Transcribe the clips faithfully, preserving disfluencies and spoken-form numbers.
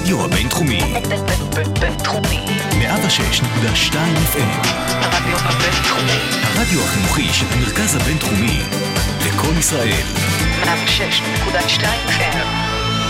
הרדיו הבינתחומי. בינתחומי. מאה ושש נקודה שתיים אף אם. הרדיו הבינתחומי. הרדיו החינוכי של המרכז הבינתחומי. לכל ישראל. מאה ושש נקודה שתיים אף אם.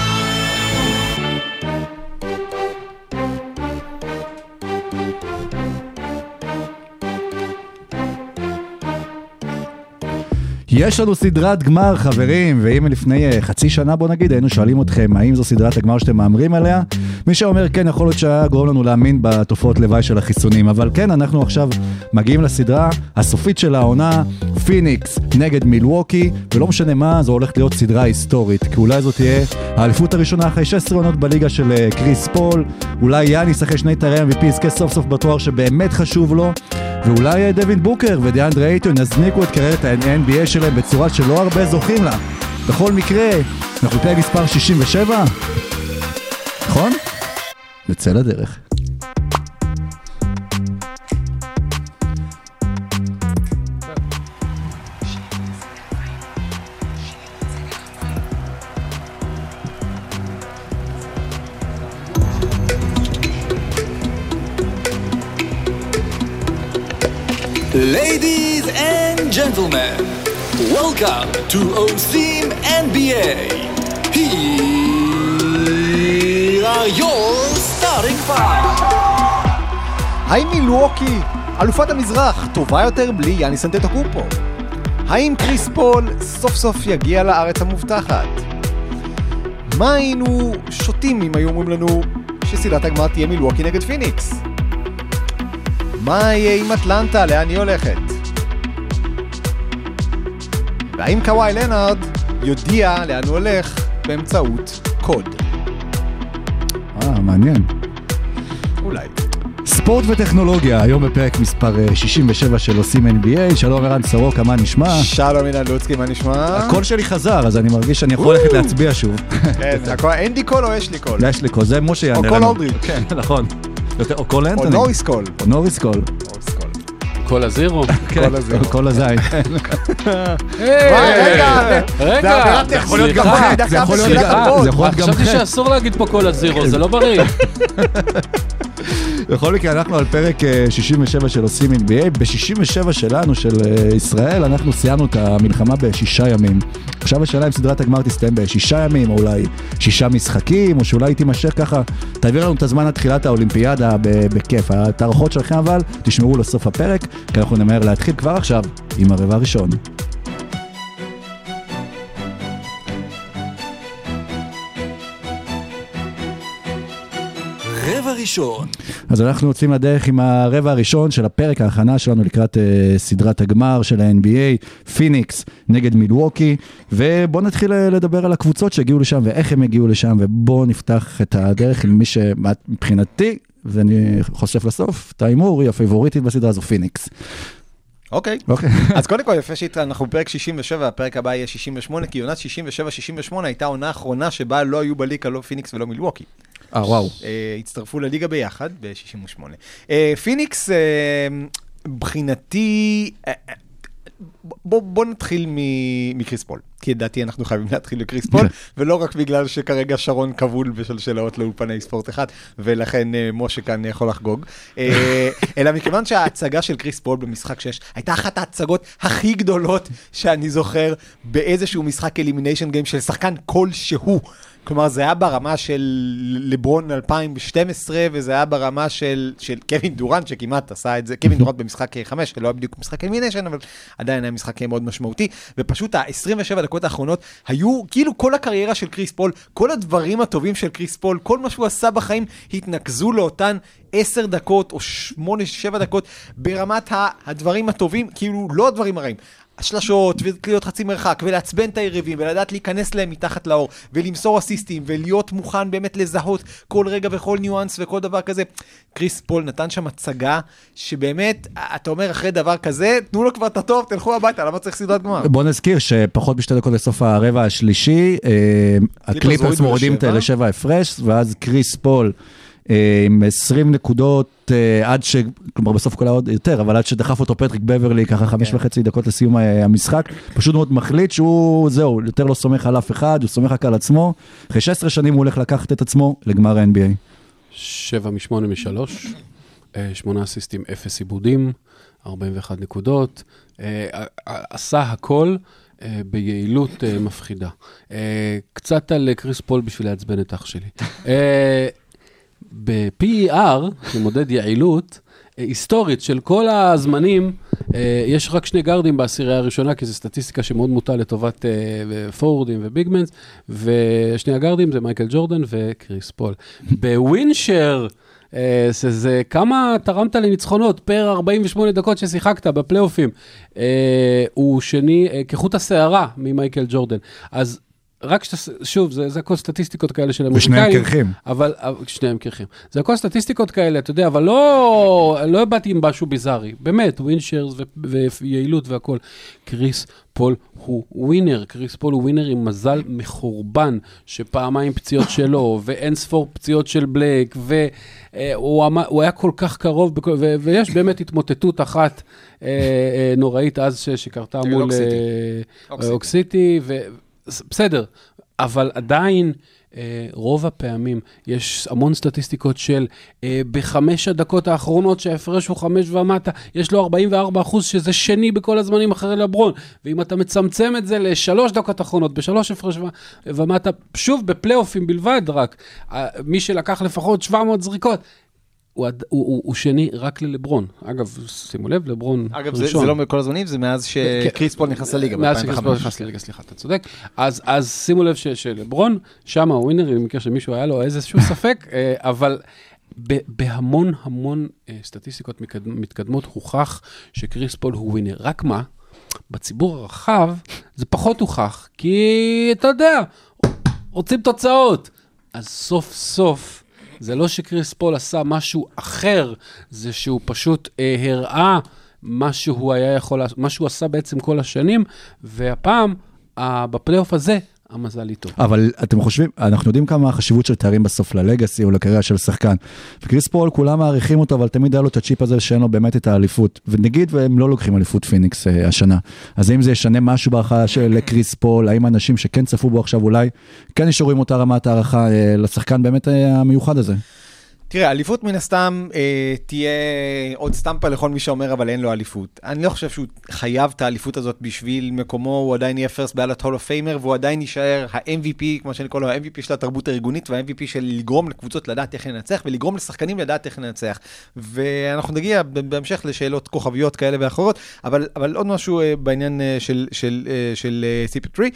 יש לנו סדרת גמר, חברים, ואם לפני חצי שנה, בוא נגיד, היינו שואלים אתכם, האם זו סדרת הגמר שאתם מאמרים עליה? מי שאומר כן, יכול להיות שהיה גורם לנו להאמין בתופעות לוואי של החיסונים, אבל כן, אנחנו עכשיו מגיעים לסדרה הסופית של העונה, פיניקס נגד מילווקי, ולא משנה מה, זו הולכת להיות סדרה היסטורית, כי אולי זאת תהיה האליפות הראשונה אחרי שש עשרה עונות בליגה של קריס פול, אולי יאניס אחרי שני תארי אם וי פי יזכה סוף סוף בתואר שבאמת חשוב לו, ואולי דווין בוקר ודיאנדרה אייטון יזניקו את קריירת ה-אן בי איי שלהם בצורה שלא הרבה זוכים לה. בכל מקרה, אנחנו פרק מספר שישים ושבע, נכון? נצא לדרך. Ladies and gentlemen, welcome to O S I M N B A. Here are your starting five. האם מילווקי, אלופת המזרח, טובה יותר בלי יאניס אנטטוקומפו? האם קריס פול סוף סוף יגיע לארץ המובטחת? מה היינו שותים אם היו אומרים לנו שסדרת הגמר תהיה מילווקי נגד פיניקס? מה יהיה עם אטלנטה? לאן היא הולכת? והאם קוואי לנארד יודיע לאן הוא הולך באמצעות קוד? אה, מעניין. אולי. ספורט וטכנולוגיה, היום בפרק מספר שישים ושבע של O S I M N B A. שלום ערן סורוקה, מה נשמע? שלום אילן לוצקי, מה נשמע? הקול שלי חזר, אז אני מרגיש שאני יכול ללכת להצביע שוב. כן, אין לי קול או יש לי קול? יש לי קול, זה משה יענה לנו. או קול אולדריץ'. כן, נכון. או קול אנטוני. או נוריס קול. או נוריס קול. קול הזירו. קול הזירו. קול הזין. רגע, רגע. זה יכול להיות גם זה. זה יכול להיות גם חשבתי שאסור להגיד פה קול הזירו, זה לא בריא. בכל מקרה, אנחנו על פרק שישים ושבע של O S I M N B A. ב-שישים ושבע שלנו, של ישראל, אנחנו סיימנו את המלחמה בשישה ימים. עכשיו השאלה אם סדרת הגמר תסתיים בשישה ימים, או אולי שישה משחקים, או שאולי תימשך ככה. תעביר לנו את הזמן עד תחילת האולימפיאדה בכיף. התערכות שלכם אבל תשמרו לסוף הפרק, כי אנחנו נמהר להתחיל כבר עכשיו עם הרבע הראשון. רבע ראשון. אז אנחנו יוצאים לדרך עם הרבע הראשון של הפרק ההכנה שלנו לקראת uh, סדרת הגמר של ה-אן בי איי, פיניקס נגד מילווקי, ובואו נתחיל לדבר על הקבוצות שהגיעו לשם ואיך הם הגיעו לשם, ובואו נפתח את הדרך עם מי שמבחינתי, ואני חושף לסוף, תאימורי, הפייבוריטית בסדרה זו פיניקס. אוקיי. אוקיי. אז קודם כל יפה שאנחנו בפרק שישים ושבע, הפרק הבא יהיה שישים ושמונה, כי עונת שישים ושבע שישים ושמונה הייתה עונה האחרונה שבה לא היו בליגה לא פיניקס ולא מילווקי. אה, וואו. הצטרפו לליגה ביחד ב-שישים ושמונה. פיניקס, מבחינתי, בוא נתחיל מקריס פול, כי ידעתי אנחנו חייבים להתחיל לקריס פול, ולא רק בגלל שכרגע שרון כבול בשלשלאות לאולפני ספורט אחד, ולכן משה כאן יכול לחגוג, אלא מכיוון שההצגה של קריס פול במשחק שש, הייתה אחת ההצגות הכי גדולות שאני זוכר באיזשהו משחק אלימיניישן גיים של שחקן כלשהו. כלומר, זה היה ברמה של לברון אלפיים ושתים עשרה, וזה היה ברמה של, של קווין דורנט, שכמעט עשה את זה, קווין דורנט במשחק חמש, שלא היה בדיוק משחק אלימיניישן, אבל עדיין היה משחק מאוד משמעותי, ופשוט ה-עשרים ושבע דקות האחרונות היו כאילו כל הקריירה של קריס פול, כל הדברים הטובים של קריס פול, כל מה שהוא עשה בחיים, התנקזו לאותן עשר דקות או שמונה, שבע דקות, ברמת הדברים הטובים, כאילו לא הדברים הרעים. השלשות, ולהיות חצי מרחק, ולעצבן את היריבים, ולדעת להיכנס להם מתחת לאור, ולמסור אסיסטים, ולהיות מוכן באמת לזהות כל רגע וכל ניואנס וכל דבר כזה. קריס פול נתן שם הצגה, שבאמת, אתה אומר אחרי דבר כזה, תנו לו כבר את הטוב, תלכו הביתה, למה צריך סדרת גמר? בוא נזכיר שפחות בשתי דקות לסוף הרבע השלישי, הקליפרס מורידים לשבע הפרש, ואז קריס פול עם עשרים נקודות, עד ש... כלומר בסוף כל העוד יותר, אבל עד שדחף אותו פטריק בברלי, ככה חמש וחצי דקות לסיום המשחק, פשוט מאוד מחליט שהוא, זהו, יותר לא סומך על אף אחד, הוא סומך רק על עצמו. אחרי שש עשרה שנים הוא הולך לקחת את עצמו לגמר ה-אן בי איי. שבע משמונה משלוש, שמונה אסיסטים, אפס עיבודים, ארבעים ואחת נקודות, עשה הכל ביעילות מפחידה. קצת על קריס פול בשביל להצבן את אח שלי. ב-פי אי אר, שמודד יעילות, היסטורית של כל הזמנים, יש רק שני גארדים בעשירייה הראשונה, כי זו סטטיסטיקה שמאוד מוטה לטובת פורורדים וביגמנס, ושני הגארדים זה מייקל ג'ורדן וקריס פול. בווינשר, זה כמה תרמת לניצחונות פר ארבעים ושמונה דקות ששיחקת בפלייאופים, הוא שני כחוט השערה ממייקל ג'ורדן. אז רק שוב, זה, זה הכל סטטיסטיקות כאלה של אמריקאים. ושניהם קרחים. אבל, שניהם קרחים. זה הכל סטטיסטיקות כאלה, אתה יודע, אבל לא, לא הבאתי עם משהו ביזארי. באמת, ווינשרס ויעילות והכל. קריס פול הוא ווינר. קריס פול הוא ווינר עם מזל מחורבן, שפעמיים פציעות שלו, ואין ספור פציעות של בלייק, והוא הוא היה כל כך קרוב, ו, ויש באמת התמוטטות אחת נוראית אז שקרתה מול אוקסיטי, ו... בסדר, אבל עדיין רוב הפעמים יש המון סטטיסטיקות של בחמש הדקות האחרונות שההפרש הוא חמש ומטה, יש לו ארבעים וארבעה אחוז שזה שני בכל הזמנים אחרי לברון, ואם אתה מצמצם את זה לשלוש דקות האחרונות, בשלוש הפרש ומטה, שוב בפלייאופים בלבד רק, מי שלקח לפחות שבע מאות זריקות, הוא, הוא, הוא, הוא שני רק ללברון. אגב, שימו לב, לברון אגב, ראשון. זה, זה לא מכל הזמנים, זה מאז שקריס פול נכנס לליגה. מאז שקריס פול נכנס לליגה, סליחה, אתה צודק. אז, אז שימו לב ש, שלברון, שם הווינר, אני מכיר שמישהו היה לו איזשהו ספק, אבל בהמון המון סטטיסטיקות מתקדמות הוכח שקריס פול הוא ווינר. רק מה? בציבור הרחב זה פחות הוכח, כי אתה יודע, רוצים תוצאות. אז סוף סוף, זה לא שקריס פול עשה משהו אחר, זה שהוא פשוט אה, הראה מה שהוא היה יכול, מה שהוא עשה בעצם כל השנים, והפעם, אה, בפלייאוף הזה, המזל איתו. אבל אתם חושבים, אנחנו יודעים כמה החשיבות של תארים בסוף ללגאסי או לקריירה של שחקן. וקריס פול, כולם מעריכים אותו, אבל תמיד היה לו את הצ'יפ הזה שאין לו באמת את האליפות. ונגיד, והם לא לוקחים אליפות פיניקס אה, השנה. אז האם זה ישנה משהו בהערכה של קריס פול, האם אנשים שכן צפו בו עכשיו אולי, כן נשארו עם אותה רמת הערכה אה, לשחקן באמת אה, המיוחד הזה? תראה, אליפות מן הסתם אה, תהיה עוד סטמפה לכל מי שאומר, אבל אין לו אליפות. אני לא חושב שהוא חייב את האליפות הזאת בשביל מקומו, הוא עדיין יהיה פרסט בעלת הול אוף פיימר, והוא עדיין יישאר ה-אם וי פי, כמו שאני קורא לו, ה-אם וי פי של התרבות הארגונית, וה-אם וי פי של לגרום לקבוצות לדעת איך לנצח, ולגרום לשחקנים לדעת איך לנצח. ואנחנו נגיע בהמשך לשאלות כוכביות כאלה ואחרות, אבל, אבל עוד משהו בעניין של, של, של סי פי טרי,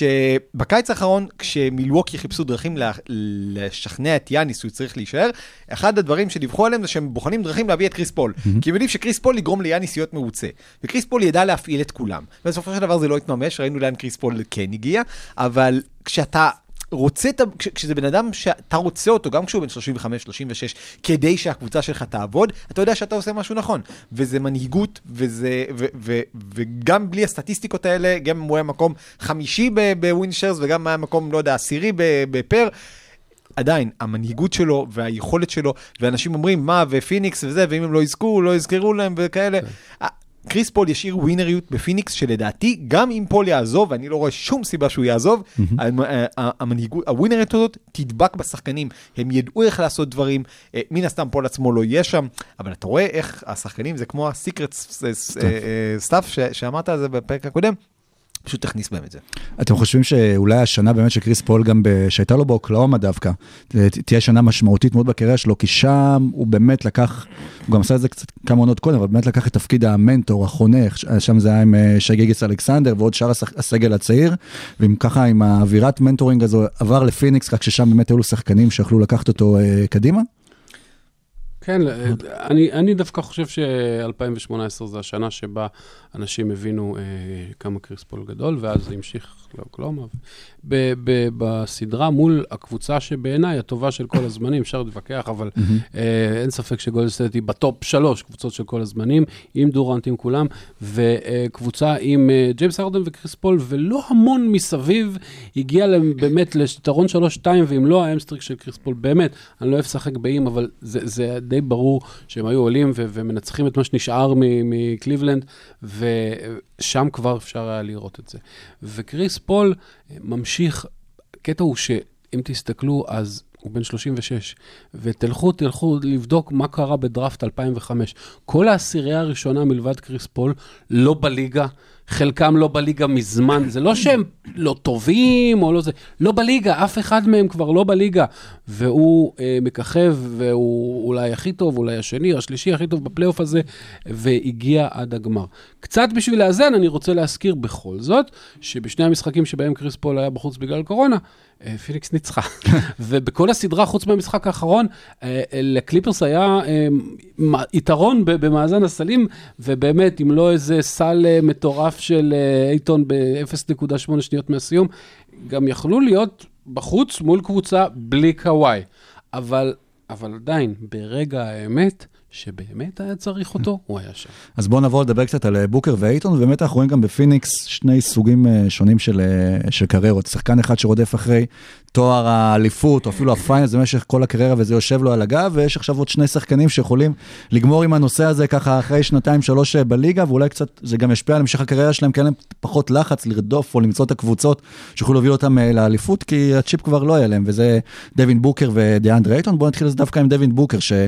שבקיץ האחרון, כשמילווקי חיפשו דרכים לשכנע את יאניס, הוא צריך להישאר, אחד הדברים שדיווחו עליהם זה שהם בוחנים דרכים להביא את קריס פול. Mm-hmm. כי הם יודעים שקריס פול יגרום ליאניס להיות מרוצה. וקריס פול ידע להפעיל את כולם. ובסופו של דבר זה לא התממש, ראינו לאן קריס פול כן הגיע, אבל כשאתה רוצה, כש, כשזה בן אדם שאתה רוצה אותו, גם כשהוא בן שלושים וחמש שלושים ושש, כדי שהקבוצה שלך תעבוד, אתה יודע שאתה עושה משהו נכון. וזה מנהיגות, וזה, ו, ו, וגם בלי הסטטיסטיקות האלה, גם הוא היה מקום חמישי בווינשרס, וגם היה מקום, לא יודע, עשירי בפר, עדיין, המנהיגות שלו והיכולת שלו, ואנשים אומרים, מה, ופיניקס וזה, ואם הם לא יזכו, לא יזכרו להם וכאלה. קריס פול ישאיר ווינריות בפיניקס, שלדעתי, גם אם פול יעזוב, ואני לא רואה שום סיבה שהוא יעזוב, המנהיגות, הווינריות הזאת תדבק בשחקנים, הם ידעו איך לעשות דברים, מן הסתם פול עצמו לא יהיה שם, אבל אתה רואה איך השחקנים, זה כמו הסיקרט סטאפ שאמרת על זה בפרק הקודם, פשוט תכניס בהם את זה. אתם חושבים שאולי השנה באמת שקריס פול גם שהייתה לו באוקלאומה דווקא, תהיה שנה משמעותית מאוד בקריירה שלו, כי שם הוא באמת לקח, הוא גם עשה את זה קצת כמה עונות קודם, אבל באמת לקח את תפקיד המנטור, החונך, שם זה היה עם שי גיגס אלכסנדר, ועוד שאר הסגל הצעיר, ועם ככה עם האווירת מנטורינג הזו, עבר לפיניקס, רק ששם באמת היו לו שחקנים שיכלו לקחת אותו קדימה? כן, אני, אני דווקא חושב ש-אלפיים שמונה עשרה זה השנה שבה אנשים הבינו אה, כמה קריס פול גדול, ואז זה המשיך לאוקלאומה. ב- ב- בסדרה מול הקבוצה שבעיניי הטובה של כל הזמנים, אפשר להתווכח, אבל אה, אין ספק שגולדן סטייט היא בטופ שלוש קבוצות של כל הזמנים, עם דורנט, עם כולם, וקבוצה עם אה, ג'יימס הרדן וקריס פול, ולא המון מסביב, הגיע להם באמת ליתרון שלוש שתיים, ואם לא האמסטריק של קריס פול, באמת, אני לא אוהב לשחק באים, אבל זה, זה די ברור שהם היו עולים ו- ומנצחים את מה שנשאר מקליבלנד, ושם כבר אפשר היה לראות את זה. וקריס פול ממשיך, הקטע הוא שאם תסתכלו, אז הוא בן שלושים ושש, ותלכו, תלכו לבדוק מה קרה בדראפט אלפיים וחמש. כל העשירייה הראשונה מלבד קריס פול לא בליגה, חלקם לא בליגה מזמן, זה לא שהם לא טובים או לא זה, לא בליגה, אף אחד מהם כבר לא בליגה, והוא אה, מככב, והוא אולי הכי טוב, אולי השני, השלישי הכי טוב בפלייאוף הזה, והגיע עד הגמר. קצת בשביל לאזן, אני רוצה להזכיר בכל זאת, שבשני המשחקים שבהם קריס פול היה בחוץ בגלל קורונה, אה, פיניקס ניצחה. ובכל הסדרה, חוץ מהמשחק האחרון, אה, לקליפרס היה אה, יתרון במאזן הסלים, ובאמת, אם לא איזה סל אה, מטורף של אה, אייטון ב-אפס נקודה שמונה שניות מהסיום, גם יכלו להיות בחוץ מול קבוצה בלי קוואי. אבל, אבל עדיין, ברגע האמת, שבאמת היה צריך אותו, הוא היה שם. אז בואו נבוא לדבר קצת על בוקר ואייטון, ובאמת אנחנו רואים גם בפיניקס שני סוגים שונים של, של קריירות. שחקן אחד שרודף אחרי תואר האליפות, או אפילו הפיינלס במשך כל הקריירה, וזה יושב לו על הגב, ויש עכשיו עוד שני שחקנים שיכולים לגמור עם הנושא הזה ככה אחרי שנתיים, שלוש בליגה, ואולי קצת זה גם ישפיע על המשך הקריירה שלהם, כי אין להם פחות לחץ לרדוף או למצוא את הקבוצות שיוכלו להוביל אותם לאליפות, כי הצ'יפ כבר לא היה להם, וזה דווין בוקר ודיאנדרה אייטון. בואו נתחיל דווקא עם דווין בוקר, ש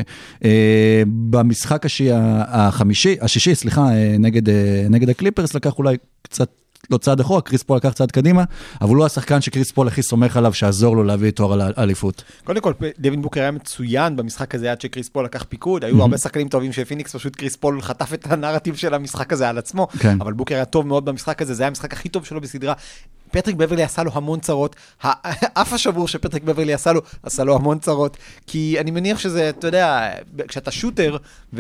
במשחק החמישי, השישי, סליחה, נגד, נגד הקליפרס, לקח אולי קצת, לא צעד אחורה, קריס פול לקח צעד קדימה, אבל הוא השחקן שקריס פול הכי סומך עליו, שעזור לו להביא תואר על האליפות. קודם כל, דווין בוקר היה מצוין במשחק הזה, עד שקריס פול לקח פיקוד, היו הרבה שחקנים טובים שפיניקס, פשוט קריס פול חטף את הנרטיב של המשחק הזה על עצמו, אבל בוקר היה טוב מאוד במשחק הזה, זה היה המשחק הכי טוב שלו בסדרה. פטריק בברלי עשה לו המון צרות, אף השבור שפטריק בברלי עשה לו, עשה לו המון צרות, כי אני מניח שזה, אתה יודע, כשאתה שוטר,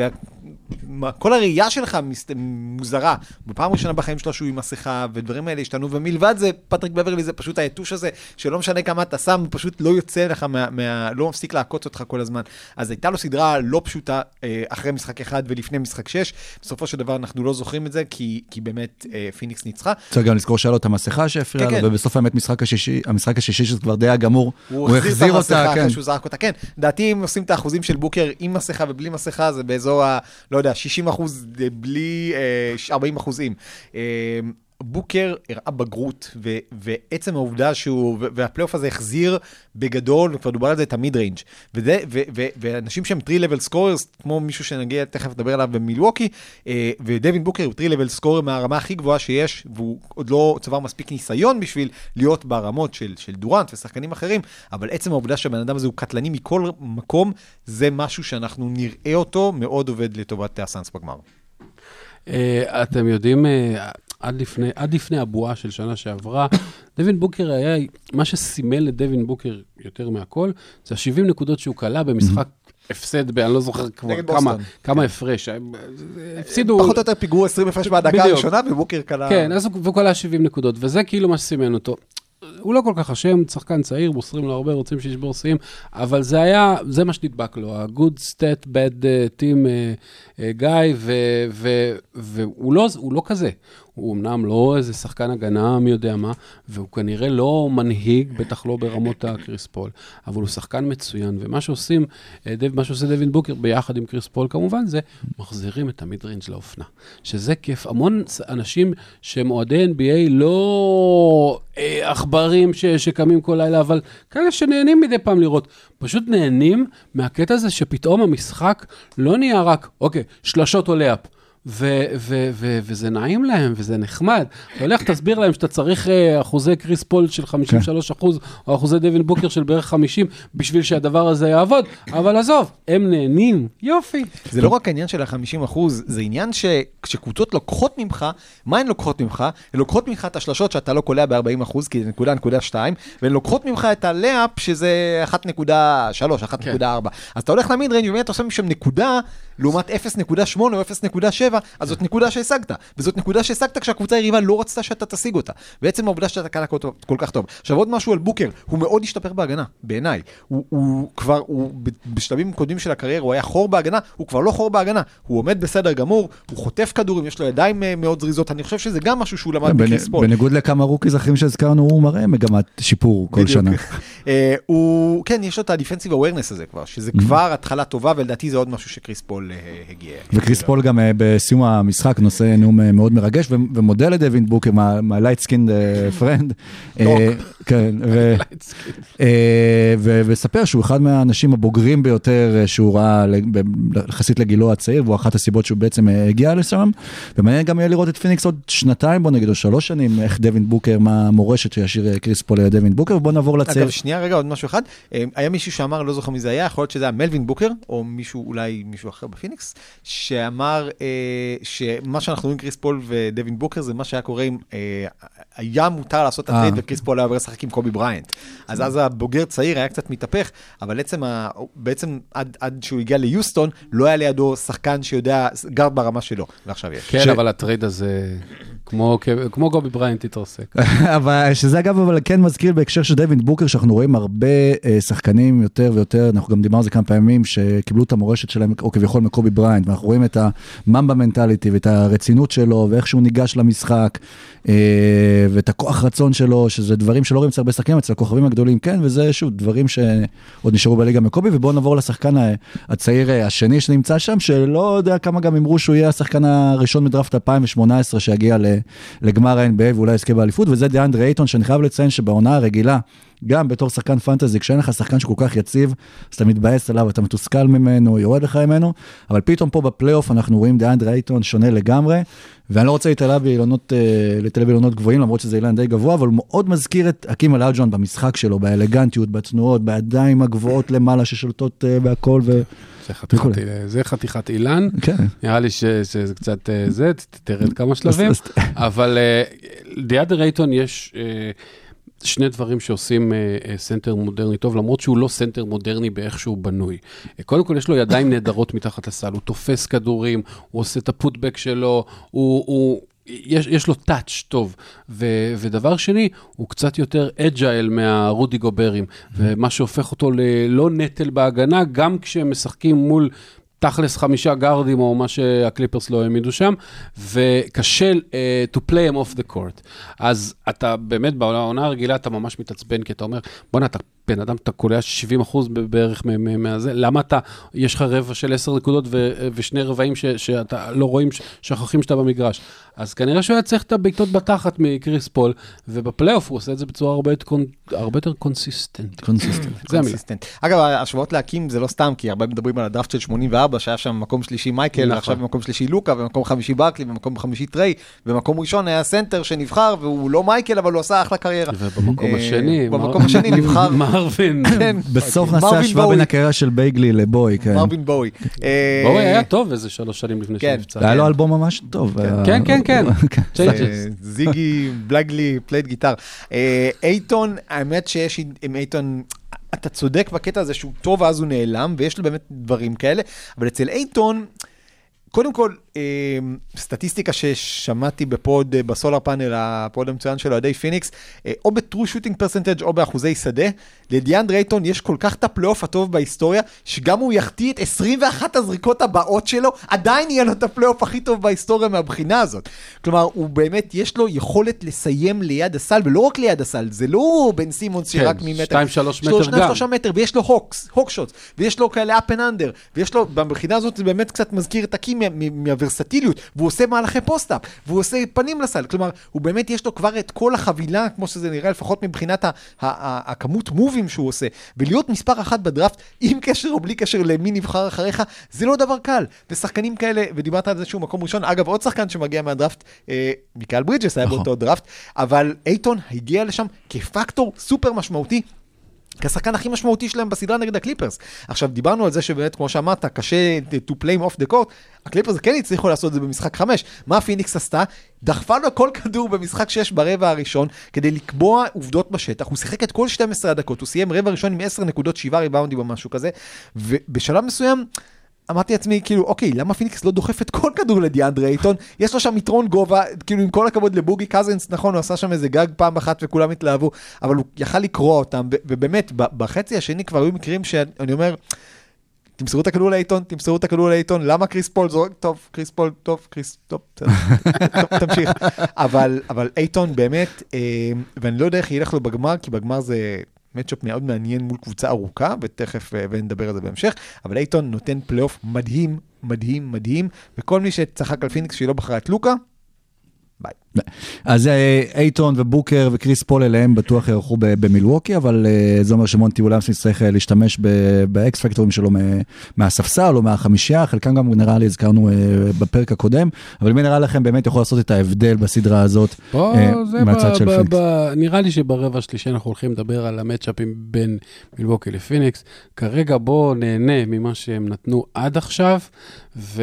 וכל הראייה שלך מוזרה, בפעם ראשונה בחיים שלו שהוא עם מסכה, ודברים האלה השתנו, ומלבד זה, פטריק בברלי זה פשוט היתוש הזה, שלא משנה כמה אתה שם, הוא פשוט לא יוצא לך, מה, מה, לא מפסיק לעקוץ אותך כל הזמן. אז הייתה לו סדרה לא פשוטה, אחרי משחק אחד ולפני משחק שש, בסופו של דבר אנחנו לא זוכרים את זה, כי, כי באמת פיניקס ניצחה. צריך גם לזכור שהיה לו את המסכה שהפריע לו, ובסוף האמת משחק השישי, המשחק השישי שזה כבר די הגמור, הוא החזיר אותה, כן. שהוא זרק אותה, כן. דעתי אם עושים את האחוזים של בוקר עם מסכה ובלי מסכה, זה באזור ה, לא יודע, שישים אחוז בלי ארבעים אחוזים. בוקר הראה בגרות, ו- ועצם העובדה שהוא, והפלייאוף הזה החזיר בגדול, וכבר דובר על זה את המיד ריינג', וזה, ו- ו- ואנשים שהם טרי-לבל סקוררס, כמו מישהו שנגיע, תכף נדבר עליו במילווקי, ודווין בוקר הוא טרי-לבל סקורר מהרמה הכי גבוהה שיש, והוא עוד לא צבר מספיק ניסיון בשביל להיות ברמות של, של דורנט ושחקנים אחרים, אבל עצם העובדה שהבן אדם הזה הוא קטלני מכל מקום, זה משהו שאנחנו נראה אותו מאוד עובד לטובת הסאנס בגמר. אתם יודעים, עד לפני, עד לפני הבועה של שנה שעברה, דווין בוקר היה, מה שסימל לדווין בוקר יותר מהכל, זה ה-שבעים נקודות שהוא קלה במשחק הפסד, אני לא זוכר כבר כמה, כמה הפרש. הפסידו... פחות או יותר פיגרו עשרים הפרש בהדקה הראשונה, ובוקר קלה... כן, אז הוא קלה שבעים נקודות, וזה כאילו מה שסימן אותו. הוא לא כל כך אשם, שחקן צעיר, מוסרים לו הרבה, רוצים שישבור שיאים, אבל זה היה, זה מה שנדבק לו, ה-good stat, bad team guy, והוא לא, הוא לא כזה. הוא אמנם לא איזה שחקן הגנה, מי יודע מה, והוא כנראה לא מנהיג, בטח לא ברמות הקריס פול, אבל הוא שחקן מצוין, ומה שעושים, מה שעושה דווין בוקר ביחד עם קריס פול, כמובן, זה מחזירים את המיד-ריינג' לאופנה, שזה כיף. המון אנשים שהם אוהדי אן בי איי לא אכברים שקמים כל לילה, אבל כאלה שנהנים מדי פעם לראות, פשוט נהנים מהקטע הזה שפתאום המשחק לא נהיה רק, אוקיי, שלשות או לאפ, ו- ו- ו- וזה נעים להם, וזה נחמד. אתה הולך, תסביר להם שאתה צריך אחוזי קריס פול של חמישים ושלושה אחוז, או אחוזי דווין בוקר של בערך חמישים, בשביל שהדבר הזה יעבוד, אבל עזוב, הם נהנים, יופי. זה לא רק העניין של ה-חמישים אחוז, זה עניין שכשקבוצות לוקחות ממך, מה הן לוקחות ממך? הן לוקחות ממך את השלשות שאתה לא קולע ב-ארבעים אחוז, כי זה נקודה נקודה שתיים, והן לוקחות ממך את הלאפ, שזה אחת נקודה שלוש, אחת נקודה ארבע. אז אתה הולך למיד ריינג' ובאמת עושה משם נקודה, לעומת אפס נקודה שמונה או אפס נקודה שבע, אז זאת נקודה שהשגת. וזאת נקודה שהשגת כשהקבוצה היריבה לא רצתה שאתה תשיג אותה. בעצם העובדה שאתה קלע כל כך טוב. עכשיו עוד משהו על בוקר, הוא מאוד השתפר בהגנה, בעיניי. הוא, הוא כבר, הוא בשלבים קודמים של הקריירה, הוא היה חור בהגנה, הוא כבר לא חור בהגנה. הוא עומד בסדר גמור, הוא חוטף כדורים, יש לו ידיים מאוד זריזות. אני חושב שזה גם משהו שהוא למד בקריס פול. בניגוד לכמה רוקיז אחרים שהזכרנו, הוא מראה מגמת שיפור כל שנה. הוא, כן, יש לו את ה-defensive awareness הזה כבר, שזה כבר התחלה טובה, ולדעתי זה עוד משהו שקריס פול הגיע. וקריס פול גם בסיום המשחק נושא נאום מאוד מרגש, ומודה לדווין בוקר, מה-light skinned friend. כן, וספר שהוא אחד מהאנשים הבוגרים ביותר שהוא ראה יחסית לגילו הצעיר, והוא אחת הסיבות שהוא בעצם הגיע לשם, ומעניין גם יהיה לראות את פיניקס עוד שנתיים, בוא נגיד, או שלוש שנים, איך דווין בוקר, מה המורשת שישיר קריס פול לדווין בוקר, ובוא נעבור לצעיר. אגב, שנייה, רגע, עוד משהו אחד. היה מישהו שאמר, לא זוכר מי זה היה, יכול להיות שזה היה מלווין בוקר, או מישהו, אולי מישהו אחר בפיניקס, שאמר שמה שאנחנו רואים קריס פול ודווין בוקר, זה מה שהיה קורה אם היה מותר לעשות את הטרייד, וקריס פול היה עובר לשחק עם קובי בריינט. אז אז הבוגר צעיר היה קצת מתהפך, אבל בעצם עד שהוא הגיע ליוסטון, לא היה לידו שחקן שיודע, גרד ברמה שלו, ועכשיו יש. כן, אבל הטרייד הזה, כמו קובי בריינט התרסק. אבל שזה אגב, אבל כן מזכיר בהקשר של דווין בוקר, שאנחנו רואים הרבה שחקנים יותר ויותר, אנחנו גם דיברנו על זה כמה פעמים, שקיבלו את המורשת שלהם, או כביכול מקובי בריינט, ואנחנו רואים את הממבה מנטליטי, ואת הרצינות שלו, ואיך שהוא ניגש למשחק, ואת הכוח רצון שלו, שזה דברים שלא רואים הרבה שחקנים, אצל הכוכבים הגדולים, כן, וזה שוב, דברים שעוד נשארו בליגה מקובי, ובואו נעבור לשחקן הצעיר השני שנמצא שם, שלא יודע כמה גם אמרו שהוא יהיה השחקן הראשון מדראפט אלפיים שמונה עשרה, שיגיע לגמר ה-אן בי איי, ואולי יזכה באליפות, וזה דיאנדרי אייטון, שאני חייב לציין שבעונה הרגילה, גם בתור שחקן פנטזי, כשאין לך שחקן שכל כך יציב, אז אתה מתבאס עליו, אתה מתוסכל ממנו, יורד לך ממנו, אבל פתאום פה בפלייאוף אנחנו רואים דיאנדרי אייטון שונה לגמרי, ואני לא רוצה להתעלה באילונות, להתעלה באילונות גבוהים, למרות שזה אילן די גבוה, אבל הוא מאוד מזכיר את הקים אלאג'ון במשחק שלו, באלגנטיות, בתנועות, בידיים הגבוהות למעלה ששולטות בהכל ו... זה חתיכת אילן, נראה לי שזה קצת זה, תתרד כמה שלבים, אבל דיאנדרי אייטון יש שני דברים שעושים סנטר מודרני טוב, למרות שהוא לא סנטר מודרני באיך שהוא בנוי. קודם כל יש לו ידיים נהדרות מתחת לסל, הוא תופס כדורים, הוא עושה את הפוטבק שלו, הוא... הוא יש, יש לו טאץ' טוב, ו, ודבר שני, הוא קצת יותר אג'ייל מהרודי גוברים, ומה שהופך אותו ללא נטל בהגנה, גם כשהם משחקים מול תכלס חמישה גארדים, או מה שהקליפרס לא העמידו שם, וקשה uh, to play him off the court. אז אתה באמת, בעונה הרגילה אתה ממש מתעצבן, כי אתה אומר, בוא נה, אתה בן אדם, אתה קולע שבעים אחוז בערך מהזה, למה אתה, יש לך רבע של עשר נקודות, ו- ושני רבעים ש- שאתה לא רואים, שכחים שאתה במגרש. אז כנראה שהוא היה צריך את הביתות בתחת מקריס פול, ובפלייאוף הוא עושה את זה בצורה הרבה, הרבה יותר קונסיסטנט. קונסיסטנט. זה המילה. אגב, השבועות להקים זה לא סתם, כי הרבה מדברים על הדראפט של שמונים וארבע, שהיה שם מקום שלישי מייקל, ועכשיו במקום שלישי לוקה, ומקום חמישי ברקלי, ומקום חמישי טריי, ומקום ראשון היה סנטר שנבחר, והוא לא מייקל, אבל הוא עשה אחלה קריירה. ובמקום השני, במקום השני נבחר מרווין. בסוף נעשה השוואה בין הקריירה של בייגלי לבוי. מרווין בוי. בוי היה טוב איזה שלוש שנים לפני שנפצע. היה לו אלבום ממש טוב. כן, כן, כן. זיגי, בלגלי, פלייט גיטר. אייטון, האמת שיש עם אייטון, אתה צודק בקטע הזה שהוא טוב, אז הוא נעלם, ויש לו באמת דברים כאלה, אבל אצל אייטון, קודם כל, סטטיסטיקה ששמעתי בפוד, בסולר פאנל, הפוד המצוין שלו, עדי פיניקס, או בטרו שוטינג פרסנטג' או באחוזי שדה, לדיאנדרי אייטון יש כל כך את הפלייאוף הטוב בהיסטוריה, שגם הוא יחטיא את עשרים ואחת הזריקות הבאות שלו, עדיין יהיה לו את הפלייאוף הכי טוב בהיסטוריה מהבחינה הזאת. כלומר, הוא באמת, יש לו יכולת לסיים ליד הסל, ולא רק ליד הסל, זה לא בן סימונס שרק ממטר. שתיים שלוש מטר גם. שניים שלושה מטר, ויש לו הוקס, הוק שוטס, ויש לו כאלה up and under, ויש לו, בבחינה הזאת זה באמת קצת מזכיר את הקים הוורסטיליות, והוא עושה מהלכי פוסט-אפ, והוא עושה פנים לסל, כלומר, הוא באמת יש לו כבר את כל החבילה, כמו שזה נראה, לפחות מבחינת הכמות מובים שהוא עושה, ולהיות מספר אחת בדראפט, עם קשר או בלי קשר למי נבחר אחריך, זה לא דבר קל. ושחקנים כאלה, ודיברת על זה שהוא מקום ראשון, אגב, עוד שחקן שמגיע מהדראפט, אה, מיקל ברידג'ס היה באותו דראפט, אבל אייטון הגיע לשם כפקטור סופר משמעותי, כשחקן הכי משמעותי שלהם בסדרה נגד הקליפרס. עכשיו, דיברנו על זה שבאמת, כמו שאמרת, קשה to play off the court, הקליפרס כן הצליחו לעשות את זה במשחק חמש. מה פיניקס עשתה? דחפה לו כל כדור במשחק שש ברבע הראשון, כדי לקבוע עובדות בשטח. הוא שיחק את כל שתים עשרה דקות, הוא סיים רבע ראשון עם עשר נקודות שבע ריבאונדים או משהו כזה, ובשלב מסוים, אמרתי לעצמי, כאילו, אוקיי, למה פיניקס לא דוחף את כל כדור לדיאנדרה אייטון? יש לו שם יתרון גובה, כאילו, עם כל הכבוד לבוגי קזינס, נכון, הוא עשה שם איזה גג פעם אחת וכולם התלהבו, אבל הוא יכל לקרוא אותם, ובאמת, בחצי השני כבר היו מקרים שאני אומר, תמסרו את הכדור לאייטון, תמסרו את הכדור לאייטון, למה קריס פול זורק? טוב, קריס פול, טוב, קריס, טוב, תמשיך. אבל, אבל אייטון באמת, ואני לא יודע איך ילך לו בגמר, כי בגמר זה מצ'אפ מאוד מעניין מול קבוצה ארוכה, ותכף ונדבר על זה בהמשך, אבל אייטון נותן פלייאוף מדהים, מדהים, מדהים, וכל מי שצחק על פיניקס שהיא לא בחרה את לוקה, ביי. אז אייטון ובוקר וקריס פול אליהם בטוח ירחו במילווקי, אבל זה אומר שמונטי וויליאמס נצטרך להשתמש באקס פקטורים שלו מהספסל או מהחמישייה, חלקם גם נראה לי הזכרנו בפרק הקודם, אבל מי נראה לכם באמת יכול לעשות את ההבדל בסדרה הזאת מהצד של פיניקס? נראה לי שברבע השלישי אנחנו הולכים לדבר על המאצ'אפים בין מילווקי לפיניקס, כרגע בוא נהנה ממה שהם נתנו עד עכשיו, ו...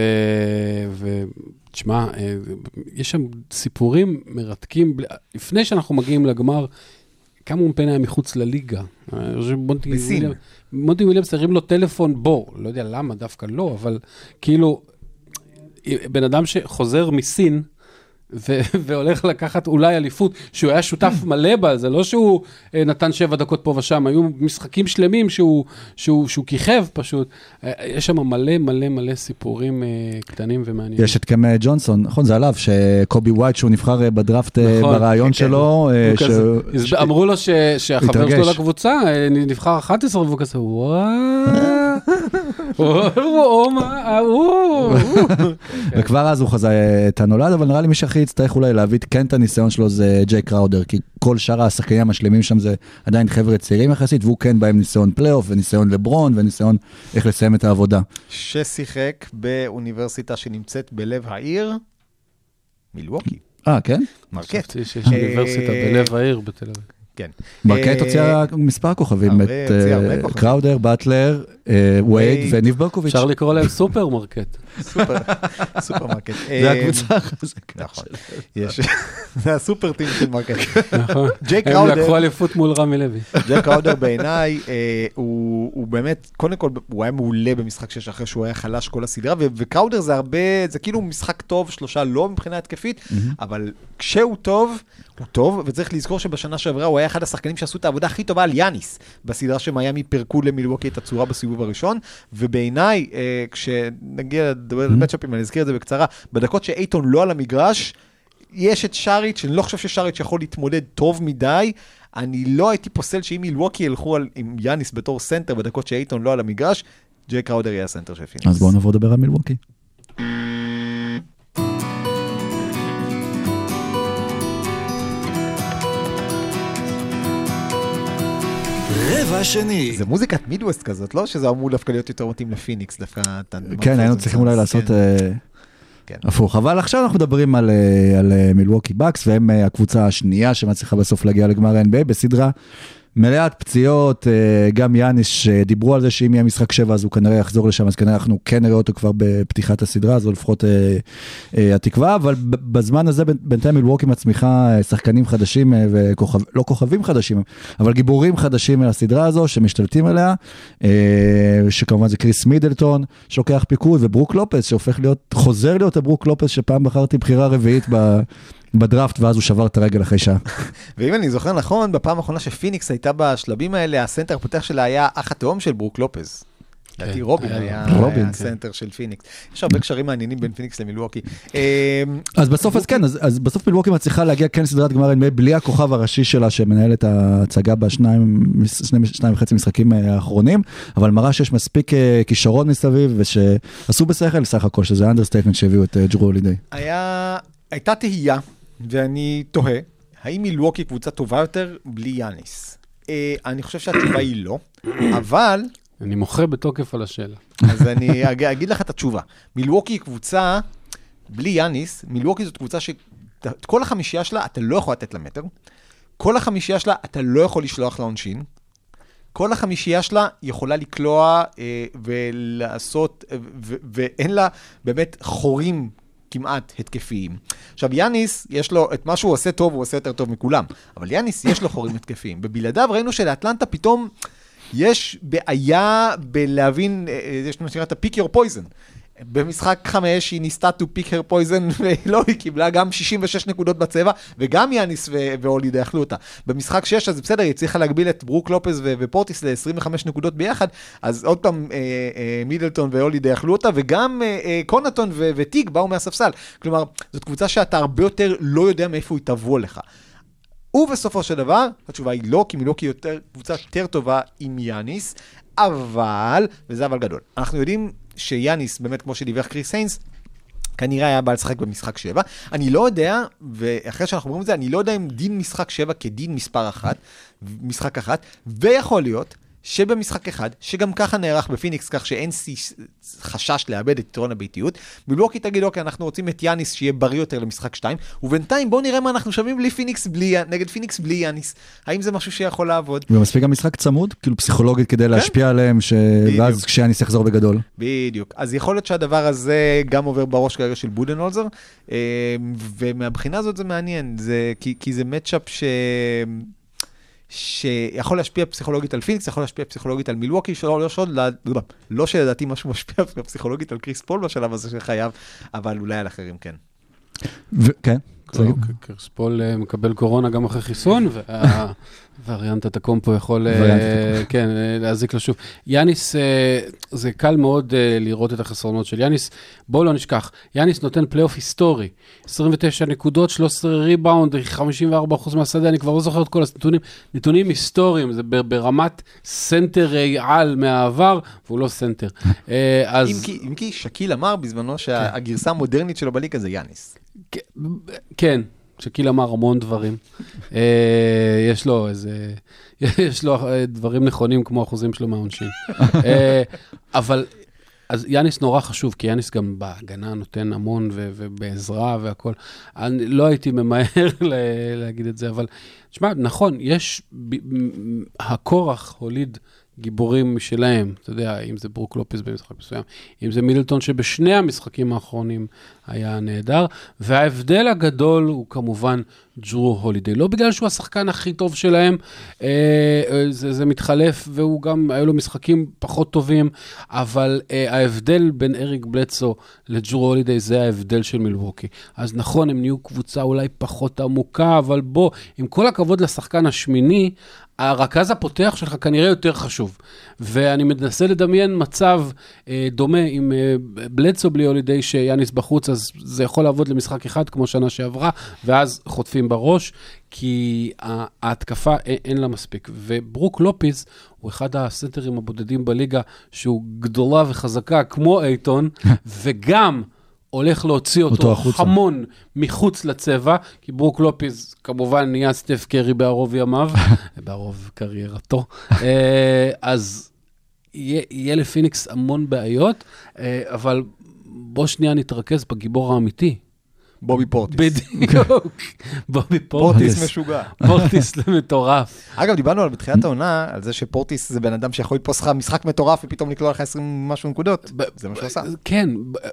תשמע, יש שם סיפורים מרתקים, לפני שאנחנו מגיעים לגמר, כמה אומפן היה מחוץ לליגה. בסין. מונטי וויליאמס הרים לו טלפון בור, לא יודע למה, דווקא לא, אבל כאילו, בן אדם שחוזר מסין, ו- והולך לקחת אולי אליפות, שהוא היה שותף מלא בה, זה לא שהוא נתן שבע דקות פה ושם, היו משחקים שלמים שהוא, שהוא, שהוא כיכב פשוט, יש שם מלא מלא מלא סיפורים קטנים ומעניינים. יש את קם ג'ונסון, נכון, זה עליו, שקובי ווייט, שהוא נבחר בדראפט ברעיון שלו, אמרו לו שהחבר שלו לקבוצה, נבחר אחת עשרה, והוא כזה, וואו, וכבר אז הוא חזה את הנולד, אבל נראה לי מי שהכי יצטרך אולי להביא כן את הניסיון שלו זה ג'יי קראודר, כי כל שאר השחקנים המשלימים שם זה עדיין חבר'ה צעירים יחסית, והוא כן בהם ניסיון פלייאוף, וניסיון לברון, וניסיון איך לסיים את העבודה. ששיחק באוניברסיטה שנמצאת בלב העיר, מילווקי. אה, כן? מרקט. שיש אוניברסיטה בלב העיר בתל אביב. כן. מרקט הוציאה מספר כוכבים, את קראודר, באטלר, וייד וניב ברקוביץ'. אפשר לקרוא להם סופר מרקט. סופר, סופר מרקט. זה הקבוצה החזקה. נכון. זה הסופר טים של מרקט. נכון. הם לקחו אליפות מול רמי לוי. ג'יי קראודר בעיניי, הוא באמת, קודם כל, הוא היה מעולה במשחק שש אחרי שהוא היה חלש כל הסדרה, וקראודר זה הרבה, זה כאילו משחק טוב, שלושה לא מבחינה התקפית, אבל כשהוא טוב, הוא טוב, וצריך לזכור שבשנה שעברה הוא היה אחד השחקנים שעשו את העבודה הכי טובה על יאניס, בסדרה שמיימי פירקו למילווקי את הצורה בסיבוב הראשון, ובעיניי, אה, כשנגיע לדבר על מצ'אפים, אני אזכיר את זה בקצרה, בדקות שאייטון לא על המגרש, יש את שריץ', אני לא חושב ששריץ' יכול להתמודד טוב מדי, אני לא הייתי פוסל שאם מילווקי ילכו על, עם יאניס בתור סנטר, בדקות שאייטון לא על המגרש, ג'יי קראודר יהיה הסנטר של פיניקס. אז בואו נבוא לדבר על מילווקי. רבע שני. זה מוזיקת מידווסט כזאת, לא? שזה אמור דווקא להיות יותר מתאים לפיניקס, דווקא... כן, היינו צריכים אולי לעשות הפוך. אבל עכשיו אנחנו מדברים על מילווקי בקס, והם הקבוצה השנייה שמצליחה בסוף להגיע לגמר ה-אן בי איי בסדרה מלאת פציעות, גם יאניס שדיברו על זה שאם יהיה משחק שבע אז הוא כנראה יחזור לשם, אז כנראה אנחנו כן נראה אותו כבר בפתיחת הסדרה, זו לפחות התקווה, אבל בזמן הזה בינתיים מילווקי מצמיחה שחקנים חדשים, לא כוכבים חדשים, אבל גיבורים חדשים מהסדרה הזו שמשתלטים עליה, שכמובן זה קריס מידלטון שלוקח פיקוד, וברוק לופס שהופך להיות, חוזר להיות הברוק לופס שפעם בחרתי בחירה רביעית ב... בדראפט, ואז הוא שבר את הרגל אחרי שעה. ואם אני זוכר נכון, בפעם האחרונה שפיניקס הייתה בשלבים האלה, הסנטר הפותח שלה היה אח התאום של ברוק לופז. לדעתי רובין היה הסנטר של פיניקס. יש הרבה קשרים מעניינים בין פיניקס למילווקי. אז בסוף, אז כן, אז בסוף מילווקי מצליחה להגיע כן לסדרת גמר אן בי איי בלי הכוכב הראשי שלה שמנהל את ההצגה בשניים וחצי משחקים האחרונים, אבל מראה שיש מספיק כישרון מסביב ושעשו בשכל סך הכל, שזה האנדרסטייטמנט שהביאו את ג'רו הולידיי. הייתה תהייה, ואני תוהה, האם מילווקי קבוצה טובה יותר בלי יאניס? אני חושב שהתשובה היא לא, אבל... אני מוחה בתוקף על השאלה. אז אני אגיד לך את התשובה. מילווקי היא קבוצה, בלי יאניס, מילווקי זאת קבוצה שכל החמישייה שלה אתה לא יכול לתת למטר, כל החמישייה שלה אתה לא יכול לשלוח לעונשין, כל החמישייה שלה יכולה לקלוע אה, ולעשות, ו- ואין לה באמת חורים כמעט התקפיים. עכשיו, יאניס, יש לו, את מה שהוא עושה טוב, הוא עושה יותר טוב מכולם, אבל יאניס יש לו חורים התקפיים. ובלעדיו ראינו שלאטלנטה פתאום יש בעיה בלהבין, יש לנו שירת ה-pick your poison. במשחק חמש היא ניסתה to pick her poison, ולא, היא קיבלה גם שישים ושש נקודות בצבע, וגם יאניס והולידי אכלו אותה. במשחק שש, אז בסדר, היא צריכה להגביל את ברוק לופס ופורטיס ל-עשרים וחמש נקודות ביחד, אז עוד פעם מידלטון והולידי אכלו אותה, וגם קונטון וטיג באו מהספסל. כלומר, זאת קבוצה שאתה הרבה יותר לא יודע מאיפה היא תבוא לך. ובסופו של דבר, התשובה היא לא, כי מילווקי יותר קבוצה יותר טובה עם יאניס, אבל, וזה אבל גדול, אנחנו יודעים שיאניס, באמת כמו שדיווח קריס היינס, כנראה היה בא לשחק במשחק שבע. אני לא יודע, ואחרי שאנחנו אומרים את זה, אני לא יודע אם דין משחק שבע כדין מספר אחת, משחק אחת, ויכול להיות שבמשחק אחד, שגם ככה נערך בפיניקס, כך שאין חשש לאבד את יתרון הביתיות, מילווקי תגיד, אוקיי, אנחנו רוצים את יאניס שיהיה בריא יותר למשחק שתיים, ובינתיים בואו נראה מה אנחנו שווים בלי פיניקס, בלי, נגד פיניקס בלי יאניס. האם זה משהו שיכול לעבוד? ומספיק גם משחק צמוד, כאילו פסיכולוגית כדי להשפיע עליהם, ש... ואז כשיאניס יחזור בגדול. בדיוק. אז יכול להיות שהדבר הזה גם עובר בראש כרגע של בודנהולזר, ומהבחינה הזאת זה מעניין, זה... כי, כי זה מצ'אפ ש... שיכול להשפיע פסיכולוגית על פיניקס, יכול להשפיע פסיכולוגית על מילווקי, שלא לא, לא, לא שידעתי משהו משפיע פסיכולוגית על קריס פול בשלב הזה שחייב, אבל אולי על אחרים כן. כן. קריס פול מקבל קורונה גם אחרי חיסון, והווריאנט התקום פה יכול להזיק לו שוב. יאניס, זה קל מאוד לראות את החסרונות של יאניס. בואו לא נשכח, יאניס נותן פלייאוף היסטורי, עשרים ותשע נקודות, שלושה עשר ריבאונד, חמישים וארבעה אחוז מהשדה, אני כבר לא זוכר את כל הנתונים, נתונים היסטוריים, זה ברמת סנטרי על מהעבר, והוא לא סנטר. אם כי שקיל אמר בזמנו שהגרסה המודרנית שלו בליגה זה יאניס. כן, שקיל אמר המון דברים. יש לו איזה, יש לו דברים נכונים כמו אחוזים שלו מהעונשין. אבל, אז יאניס נורא חשוב, כי יאניס גם בהגנה נותן המון ובעזרה והכל. אני לא הייתי ממהר להגיד את זה, אבל, תשמע, נכון, יש, הקורח הוליד גיבורים משלהם, אתה יודע, אם זה ברוק לופס במשחק מסוים, אם זה מידלטון שבשני המשחקים האחרונים היה נהדר, וההבדל הגדול הוא כמובן ג'רו הולידיי, לא בגלל שהוא השחקן הכי טוב שלהם, אה, זה, זה מתחלף, והוא גם, היו לו משחקים פחות טובים, אבל אה, ההבדל בין אריק בלדסו לג'רו הולידיי, זה ההבדל של מילווקי. אז נכון, הם נהיו קבוצה אולי פחות עמוקה, אבל בוא, עם כל הכבוד לשחקן השמיני, הרכז הפותח שלך כנראה יותר חשוב, ואני מנסה לדמיין מצב אה, דומה עם אה, בלדסו בלי הולידיי שיאניס בחוץ, אז זה יכול לעבוד למשחק אחד כמו שנה שעברה, ואז חוטפים בראש, כי ההתקפה אין, אין לה מספיק. וברוק לופס הוא אחד הסנטרים הבודדים בליגה, שהוא גדולה וחזקה כמו אייטון, וגם הולך להוציא אותו, אותו המון מחוץ לצבע, כי ברוק לופס כמובן נהיה סטף קרי בערוב ימיו, בערוב קריירתו, אז יהיה, יהיה לפיניקס המון בעיות, אבל בוא שנייה נתרכז בגיבור האמיתי. בובי פורטיס. בדיוק. בובי פורטיס. פורטיס משוגע. פורטיס מטורף. אגב, דיברנו על בתחילת העונה, על זה שפורטיס זה בן אדם שיכול לתפוס לך משחק מטורף, ופתאום לקלוע לך עשרים משהו נקודות. זה מה שהוא עשה. כן,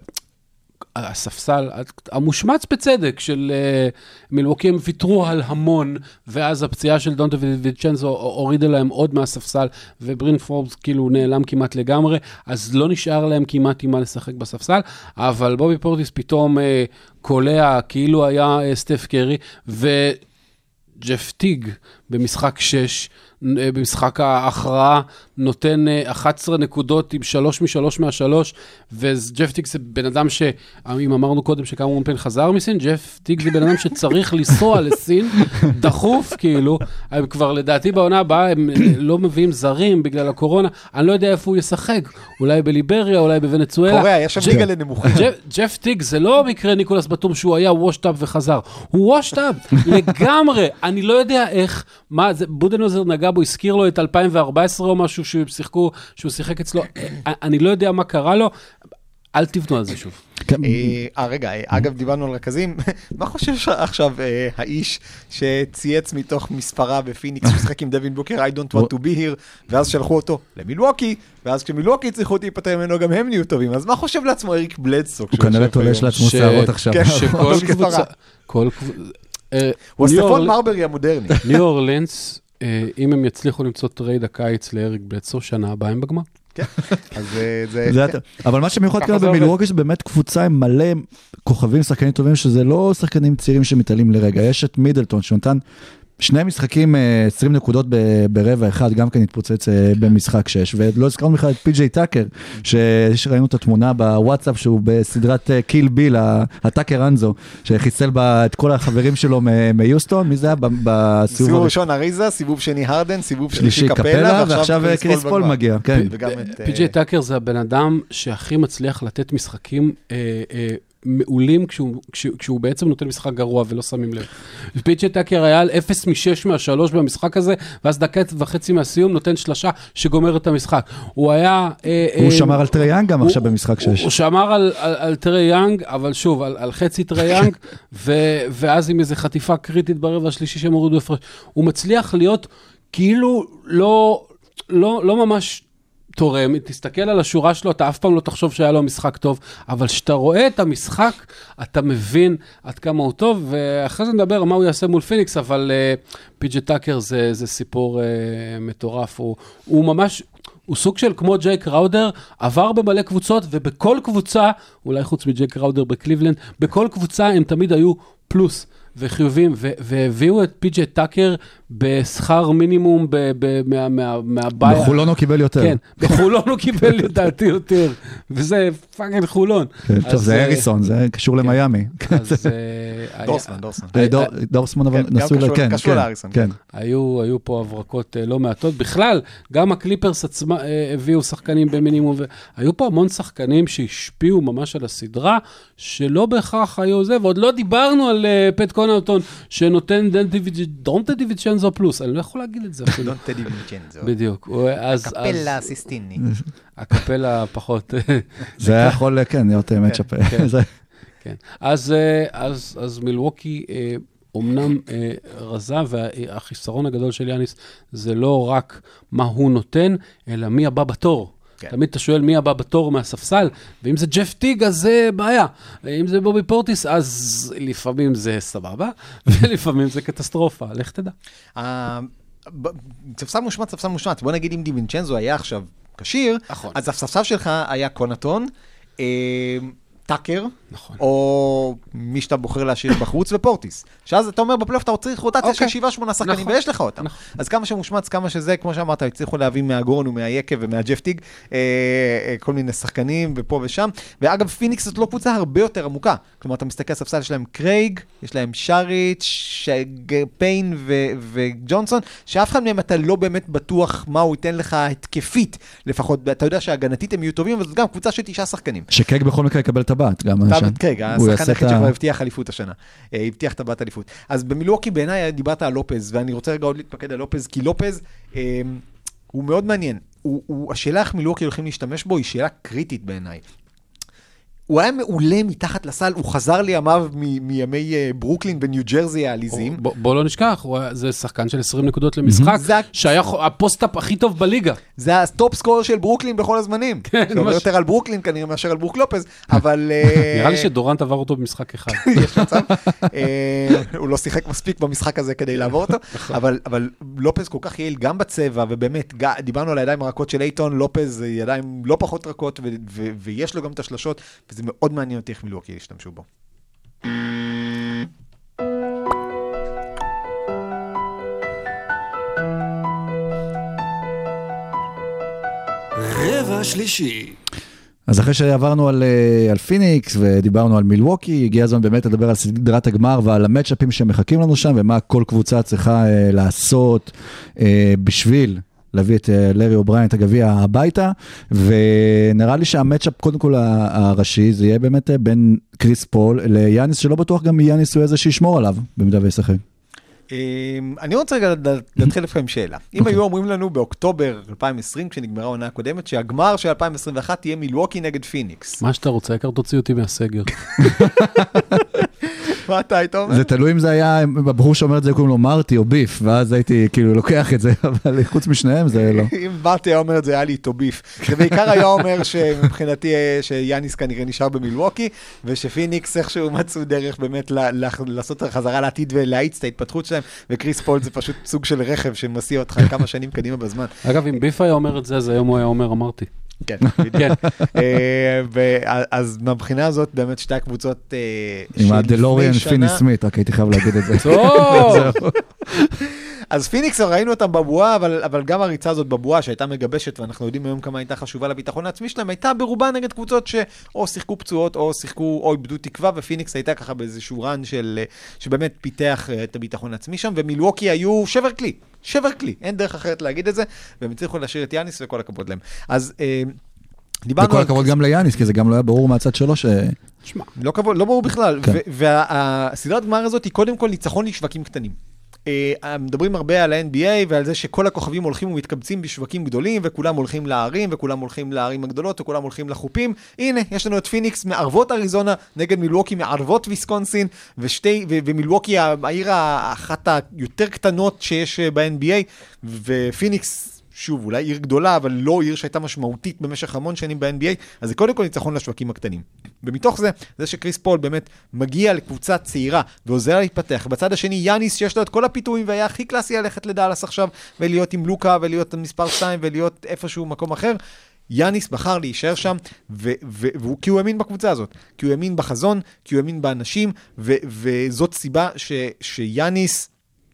הספסל, המושמץ בצדק של uh, מילווקי, הם ויתרו על המון, ואז הפציעה של דונטה ודצ'נזו הורידה להם עוד מהספסל, וברין פורבס כאילו נעלם כמעט לגמרי, אז לא נשאר להם כמעט עם מה לשחק בספסל, אבל בובי פורטיס פתאום uh, קולע כאילו היה uh, סטף קרי, ו... ג'ף טיג במשחק שש, במשחק ההכרעה, נותן אחת עשרה נקודות עם שלוש משלוש מהשלוש, וג'ף טיג זה בן אדם ש... אם אמרנו קודם שכמה מומפן חזר מסין, ג'ף טיג זה בן אדם שצריך לנסוע לסין, דחוף כאילו, הם כבר לדעתי בעונה הבאה, הם לא מביאים זרים בגלל הקורונה, אני לא יודע איפה הוא ישחק, אולי בליבריה, אולי בוונצואלה. קוריאה, יש שם ליגה לנמוכים. ג'ף טיג זה לא מקרה ניקולס בטום שהוא היה וושט-אפ וחזר, הוא וושט-אפ לגמרי, אני לא יודע איך, מה, זה, בודנוזר נגע בו, הזכיר לו את אלפיים וארבע עשרה או משהו שהוא שיחקו, שהוא שיחק אצלו, אני לא יודע מה קרה לו, אל תבנו על זה שוב. אה, רגע, אגב, דיברנו על רכזים, מה חושב עכשיו האיש שצייץ מתוך מספרה בפיניקס, ששחק עם דווין בוקר, I don't want to be here, ואז שלחו אותו למילווקי, ואז כשמילווקי צריכו אותי להיפטר ממנו, גם הם נהיו טובים, אז מה חושב לעצמו אריק בלדסו? הוא כנראה תולש לעצמו שערות עכשיו. שכל קבוצה, כל קבוצה, הוא הסטפון מרברי המודרני. ניו אורלינס, אם הם יצליחו למצוא טרייד הקיץ לאריק בלדסו, שנה הבאה הם בגמר. כן, אז זה... אבל מה שמיוחד כאן במילווקי, זה באמת קבוצה עם מלא כוכבים, שחקנים טובים, שזה לא שחקנים צעירים שמתעלים לרגע. יש את מידלטון, שנותן שני משחקים, עשרים נקודות ברבע אחד, גם כן התפוצץ במשחק שש, ולא הזכרנו בכלל את פי.ג'יי טאקר, שראינו את התמונה בוואטסאפ, שהוא בסדרת קיל ביל, הטאקר אנזו, שחיסל את כל החברים שלו מיוסטון, מי זה היה בסיבוב? סיבוב ראשון אריזה, סיבוב שני הרדן, סיבוב שלישי קפלה, ועכשיו קריס פול מגיע. פי.ג'יי טאקר זה הבן אדם שהכי מצליח לתת משחקים מעולים כשהוא, כשהוא, כשהוא בעצם נותן משחק גרוע ולא שמים לב. פי.ג'יי טאקר היה על אפס משש מהשלוש במשחק הזה, ואז דקה וחצי מהסיום נותן שלשה שגומר את המשחק. הוא היה... הוא אה, שמר על טרי יאנג גם הוא, עכשיו במשחק שש. הוא, הוא שמר על, על, על טרי יאנג, אבל שוב, על, על חצי טרי יאנג, ו, ואז עם איזו חטיפה קריטית ברבע השלישי שהם הורידו הפרש. הוא מצליח להיות כאילו לא, לא, לא ממש... תורם, תסתכל על השורה שלו, אתה אף פעם לא תחשוב שהיה לו משחק טוב, אבל כשאתה רואה את המשחק, אתה מבין עד כמה הוא טוב, ואחרי זה נדבר על מה הוא יעשה מול פיניקס, אבל uh, פי.ג'יי טאקר זה, זה סיפור uh, מטורף, הוא, הוא ממש, הוא סוג של כמו ג'ייק ראודר, עבר במלא קבוצות, ובכל קבוצה, אולי חוץ מג'ייק ראודר בקליבלנד, בכל קבוצה הם תמיד היו פלוס. וחיובים, והביאו את פי.ג'יי טאקר בשכר מינימום מהבעיה. בחולון הוא קיבל יותר. כן, בחולון הוא קיבל לדעתי יותר, וזה פאקינג חולון. טוב, זה אריסון, זה קשור למיימי. דורסמן, דורסמן. דורסמן, אבל נסו לה, כן. קשור לאריסון. היו פה הברקות לא מעטות. בכלל, גם הקליפרס עצמה הביאו שחקנים במינימום, והיו פה המון שחקנים שהשפיעו ממש על הסדרה, שלא בהכרח היו זה, ועוד לא דיברנו על פט קונאוטון, שנותן דונטה דיוויצ'נזו פלוס, אני לא יכול להגיד את זה אפילו. דונטה דיוויצ'נזו. בדיוק. הקפלה סיסטיני. הקפלה פחות. זה יכול, כן, להיות מצ'אפ. כן. אז מילווקי אומנם רזה, והחיסרון הגדול של יאניס זה לא רק מה הוא נותן, אלא מי הבא בתור. תמיד אתה שואל מי הבא בתור מהספסל, ואם זה ג'ף טיג, אז זה בעיה. אם זה בובי פורטיס, אז לפעמים זה סבבה, ולפעמים זה קטסטרופה. לך תדע. ספסל מושמט, ספסל מושמט. בוא נגיד אם דיווינצ'נזו היה עכשיו קשיר, אז הספסל שלך היה קונאטון, טאקר, או מי שאתה בוחר להשאיר בחוץ ופורטיס. שאז אתה אומר בפלייאוף, אתה צריך רוטציה של שבעה שמונה שחקנים, ויש לך אותם. אז כמה שמושמץ, כמה שזה, כמו שאמרת, הצליחו להביא מהגורן ומהיקב ומהג'ף טיג, כל מיני שחקנים ופה ושם. ואגב, פיניקס זאת לא קבוצה הרבה יותר עמוקה. כלומר, אתה מסתכל, הספסל יש להם קרייג, יש להם שריץ', פיין וג'ונסון, שאף אחד מהם אתה לא באמת בטוח מה הוא ייתן לך התקפית, לפחות, אתה יודע שהגנתית הם יהיו טובים, אבל זאת גם קבוצה של תשעה שחקנים. שקייג בכל מקרה יקבל את הבת, גם השנה. קרייג, השחקן היחיד שכבר הבטיח אליפות השנה. הבטיח את הבת אליפות. אז במילווקי בעיניי דיברת על לופז, ואני רוצה רגע עוד להתפקד על לופז, כי לופז הוא מאוד מעניין. השאלה איך מילווקי הולכים להשתמש בו היא שאלה קריטית בעיניי. הוא היה מעולה מתחת לסל, הוא חזר לימיו מימי ברוקלין בניו ג'רזי העליזים. בוא לא נשכח, זה שחקן של עשרים נקודות למשחק, שהיה הפוסט-אפ הכי טוב בליגה. זה הטופ סקורר של ברוקלין בכל הזמנים. שעובר יותר על ברוקלין כנראה מאשר על ברוק לופז, אבל... נראה לי שדורנט עבר אותו במשחק אחד. יש מצב. הוא לא שיחק מספיק במשחק הזה כדי לעבור אותו, אבל לופז כל כך יעיל גם בצבע, ובאמת, דיברנו על הידיים הרכות של אייטון, לופז ידיים לא פחות רכות, ויש לו גם את השלשות, וזה מאוד מעניין אותי איך מילווקי ישתמשו בו. רבע שלישי. אז אחרי שעברנו על, על פיניקס ודיברנו על מילווקי, הגיע הזמן באמת לדבר על סדרת הגמר ועל המאצ'אפים שמחכים לנו שם, ומה כל קבוצה צריכה אה, לעשות אה, בשביל להביא את אה, לארי אובריין, את הגביע הביתה, ונראה לי שהמאצ'אפ קודם כל הראשי, זה יהיה באמת אה, בין קריס פול ליאניס, שלא בטוח גם יאניס הוא איזה שישמור עליו, במידה וישחק. אני רוצה רגע להתחיל לפעמים שאלה. אם היו אומרים לנו באוקטובר אלפיים ועשרים, כשנגמרה העונה הקודמת, שהגמר של אלפיים עשרים ואחת תהיה מילווקי נגד פיניקס. מה שאתה רוצה, העיקר תוציא אותי מהסגר. מה אתה היית אומר? זה תלוי אם זה היה, הבחור שאומר את זה קוראים לו מרטי או ביף, ואז הייתי כאילו לוקח את זה, אבל חוץ משניהם זה לא. אם מרטי היה אומר את זה, היה לי איתו ביף. זה בעיקר היה אומר שמבחינתי שיאניס כנראה נשאר במילווקי, ושפיניקס איכשהו מצאו דרך באמת לעשות חזרה לעתיד ולהאיץ את ההתפתחות שלהם, וקריס פול זה פשוט סוג של רכב שמסיע אותך כמה שנים קדימה בזמן. אגב, אם ביף היה אומר את זה, אז היום הוא היה אומר, אמרתי. כן, בדיוק. אז מהבחינה הזאת, באמת שתי הקבוצות עם הדלוריאן פיני סמית, רק הייתי חייב להגיד את זה. טוב! אז פיניקס ראינו אותם בבועה, אבל, אבל גם הריצה הזאת בבועה שהייתה מגבשת, ואנחנו יודעים היום כמה הייתה חשובה לביטחון העצמי שלהם, הייתה ברובה נגד קבוצות שאו שיחקו פצועות, או שיחקו, או איבדו תקווה, ופיניקס הייתה ככה באיזשהו רן של, שבאמת פיתח את הביטחון העצמי שם, ומילווקי היו שבר כלי, שבר כלי, אין דרך אחרת להגיד את זה, והם הצליחו להשאיר את יאניס וכל הכבוד להם. אז וכל הכבוד גם ליאניס, כי זה גם לא היה ברור מהצד שלו ש... לא כבוד, לא ברור בכלל, והסדרת גמר הזאת היא קודם כל ניצחון לשווקים קטנים. מדברים הרבה על ה-אן בי איי ועל זה שכל הכוכבים הולכים ומתקבצים בשווקים גדולים, וכולם הולכים לערים, וכולם הולכים לערים הגדולות, וכולם הולכים לחופים. הנה, יש לנו את פיניקס מערבות אריזונה, נגד מילווקי מערבות ויסקונסין, ושתי, ו- ומילווקי העיר האחת היותר קטנות שיש ב-אן בי איי, ופיניקס שוב, אולי עיר גדולה, אבל לא עיר שהייתה משמעותית במשך המון שנים ב-אן בי איי, אז זה קודם כל ניצחון לשווקים הקטנים. ומתוך זה, זה שקריס פול באמת מגיע לקבוצה צעירה, ועוזר להתפתח. בצד השני, יאניס שיש לו את כל הפיתויים, והיה הכי קלאסי ללכת לדאלאס עכשיו, ולהיות עם לוקה, ולהיות מספר שתיים, ולהיות איפשהו מקום אחר. יאניס בחר להישאר שם, ו- ו- ו- כי הוא האמין בקבוצה הזאת, כי הוא האמין בחזון, כי הוא האמין באנשים, ו- וזאת סיבה ש- שיאניס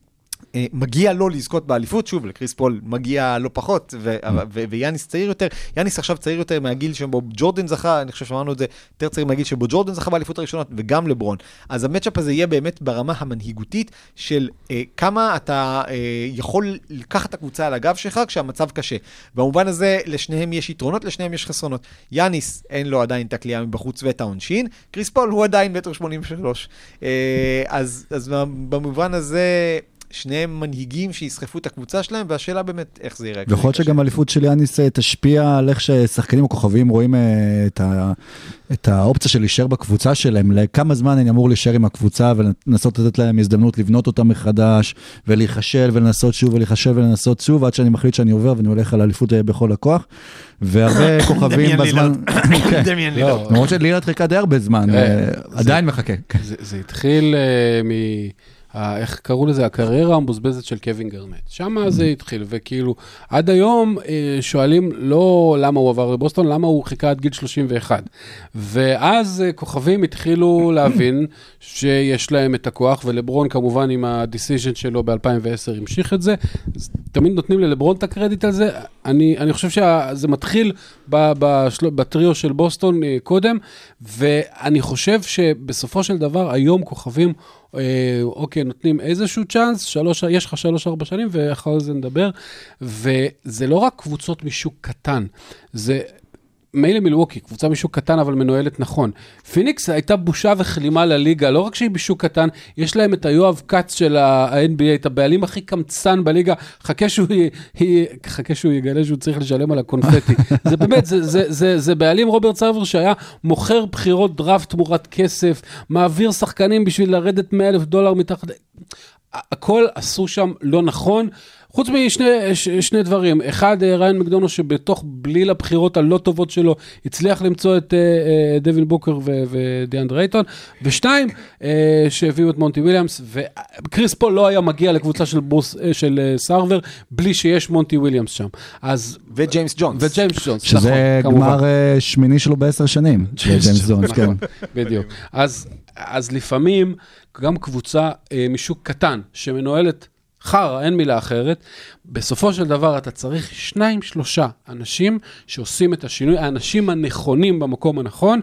מגיע לו לזכות באליפות, שוב, לקריס פול מגיע לא פחות, ויאניס צעיר יותר, יאניס עכשיו צעיר יותר מהגיל שבו ג'ורדן זכה, אני חושב שאמרנו את זה, יותר צעיר מהגיל שבו ג'ורדן זכה באליפות הראשונות, וגם לברון. אז המאצ'אפ הזה יהיה באמת ברמה המנהיגותית של כמה אתה יכול לקחת את הקבוצה על הגב שלך כשהמצב קשה. במובן הזה, לשניהם יש יתרונות, לשניהם יש חסרונות. יאניס אין לו עדיין את הקליעה מבחוץ ואת העונשין, קריס פול הוא עדיין מטר שמונים ושלוש. אז, אז במובן הזה, שניהם מנהיגים שיסחפו את הקבוצה שלהם, והשאלה באמת איך זה יראה. ויכול להיות שגם האליפות של יאניס תשפיע על איך ששחקנים או כוכבים רואים את, ה, את האופציה של להישאר בקבוצה שלהם, לכמה זמן אני אמור להישאר עם הקבוצה, ולנסות לתת להם הזדמנות לבנות אותה מחדש, ולהיחשל ולנסות שוב, ולהיחשל ולנסות שוב, עד שאני מחליט שאני עובר ואני הולך על האליפות בכל הכוח, והרבה כוכבים בזמן... דמיין לילארד. למרות שלילארד חיכה די הרבה זמן, עדיין מחכה. זה התחיל מ... איך קראו לזה? הקריירה המבוזבזת של קווין גרנט. שם זה התחיל, וכאילו, עד היום שואלים לא למה הוא עבר לבוסטון, למה הוא חיכה עד גיל שלושים ואחת. ואז כוכבים התחילו להבין שיש להם את הכוח, ולברון כמובן עם הדיסיז'ן שלו ב-אלפיים ועשר המשיך את זה. תמיד נותנים ללברון את הקרדיט על זה. אני, אני חושב שזה מתחיל בטריו של בוסטון קודם, ואני חושב שבסופו של דבר היום כוכבים אוקיי, נותנים איזשהו צ'אנס, שלוש, יש לך שלוש ארבע שנים, ואחר זה נדבר, וזה לא רק קבוצות משוק קטן, זה מילא מילווקי, קבוצה משוק קטן, אבל מנוהלת נכון. פיניקס הייתה בושה וחלימה לליגה, לא רק שהיא בשוק קטן, יש להם את היואב קאץ של ה-אן בי איי, את הבעלים הכי קמצן בליגה, חכה שהוא, היא, חכה שהוא יגלה שהוא צריך לשלם על הקונפטי. זה באמת, זה, זה, זה, זה בעלים רוברט סרבר שהיה מוכר בחירות דראפט תמורת כסף, מעביר שחקנים בשביל לרדת מאה אלף דולר מתחת... הכל עשו שם לא נכון, חוץ משני שני דברים. אחד, ריין מקדונו שבתוך בליל הבחירות הלא טובות שלו, הצליח למצוא את דווין בוקר ודיאנדרה רייטון, ושתיים, שהביאו את מונטי וויליאמס, וקריס פול לא היה מגיע לקבוצה של ברוס, של סרבר, בלי שיש מונטי וויליאמס שם. אז... וג'יימס ג'ונס. וג'יימס ג'ונס, שזה גמר שמיני שלו בעשר שנים. ג'יימס ג'ונס, כן. בדיוק. אז, אז לפעמים, גם קבוצה משוק קטן, שמנוהלת חרה, אין מילה אחרת. בסופו של דבר אתה צריך שניים, שלושה אנשים שעושים את השינוי, האנשים הנכונים במקום הנכון,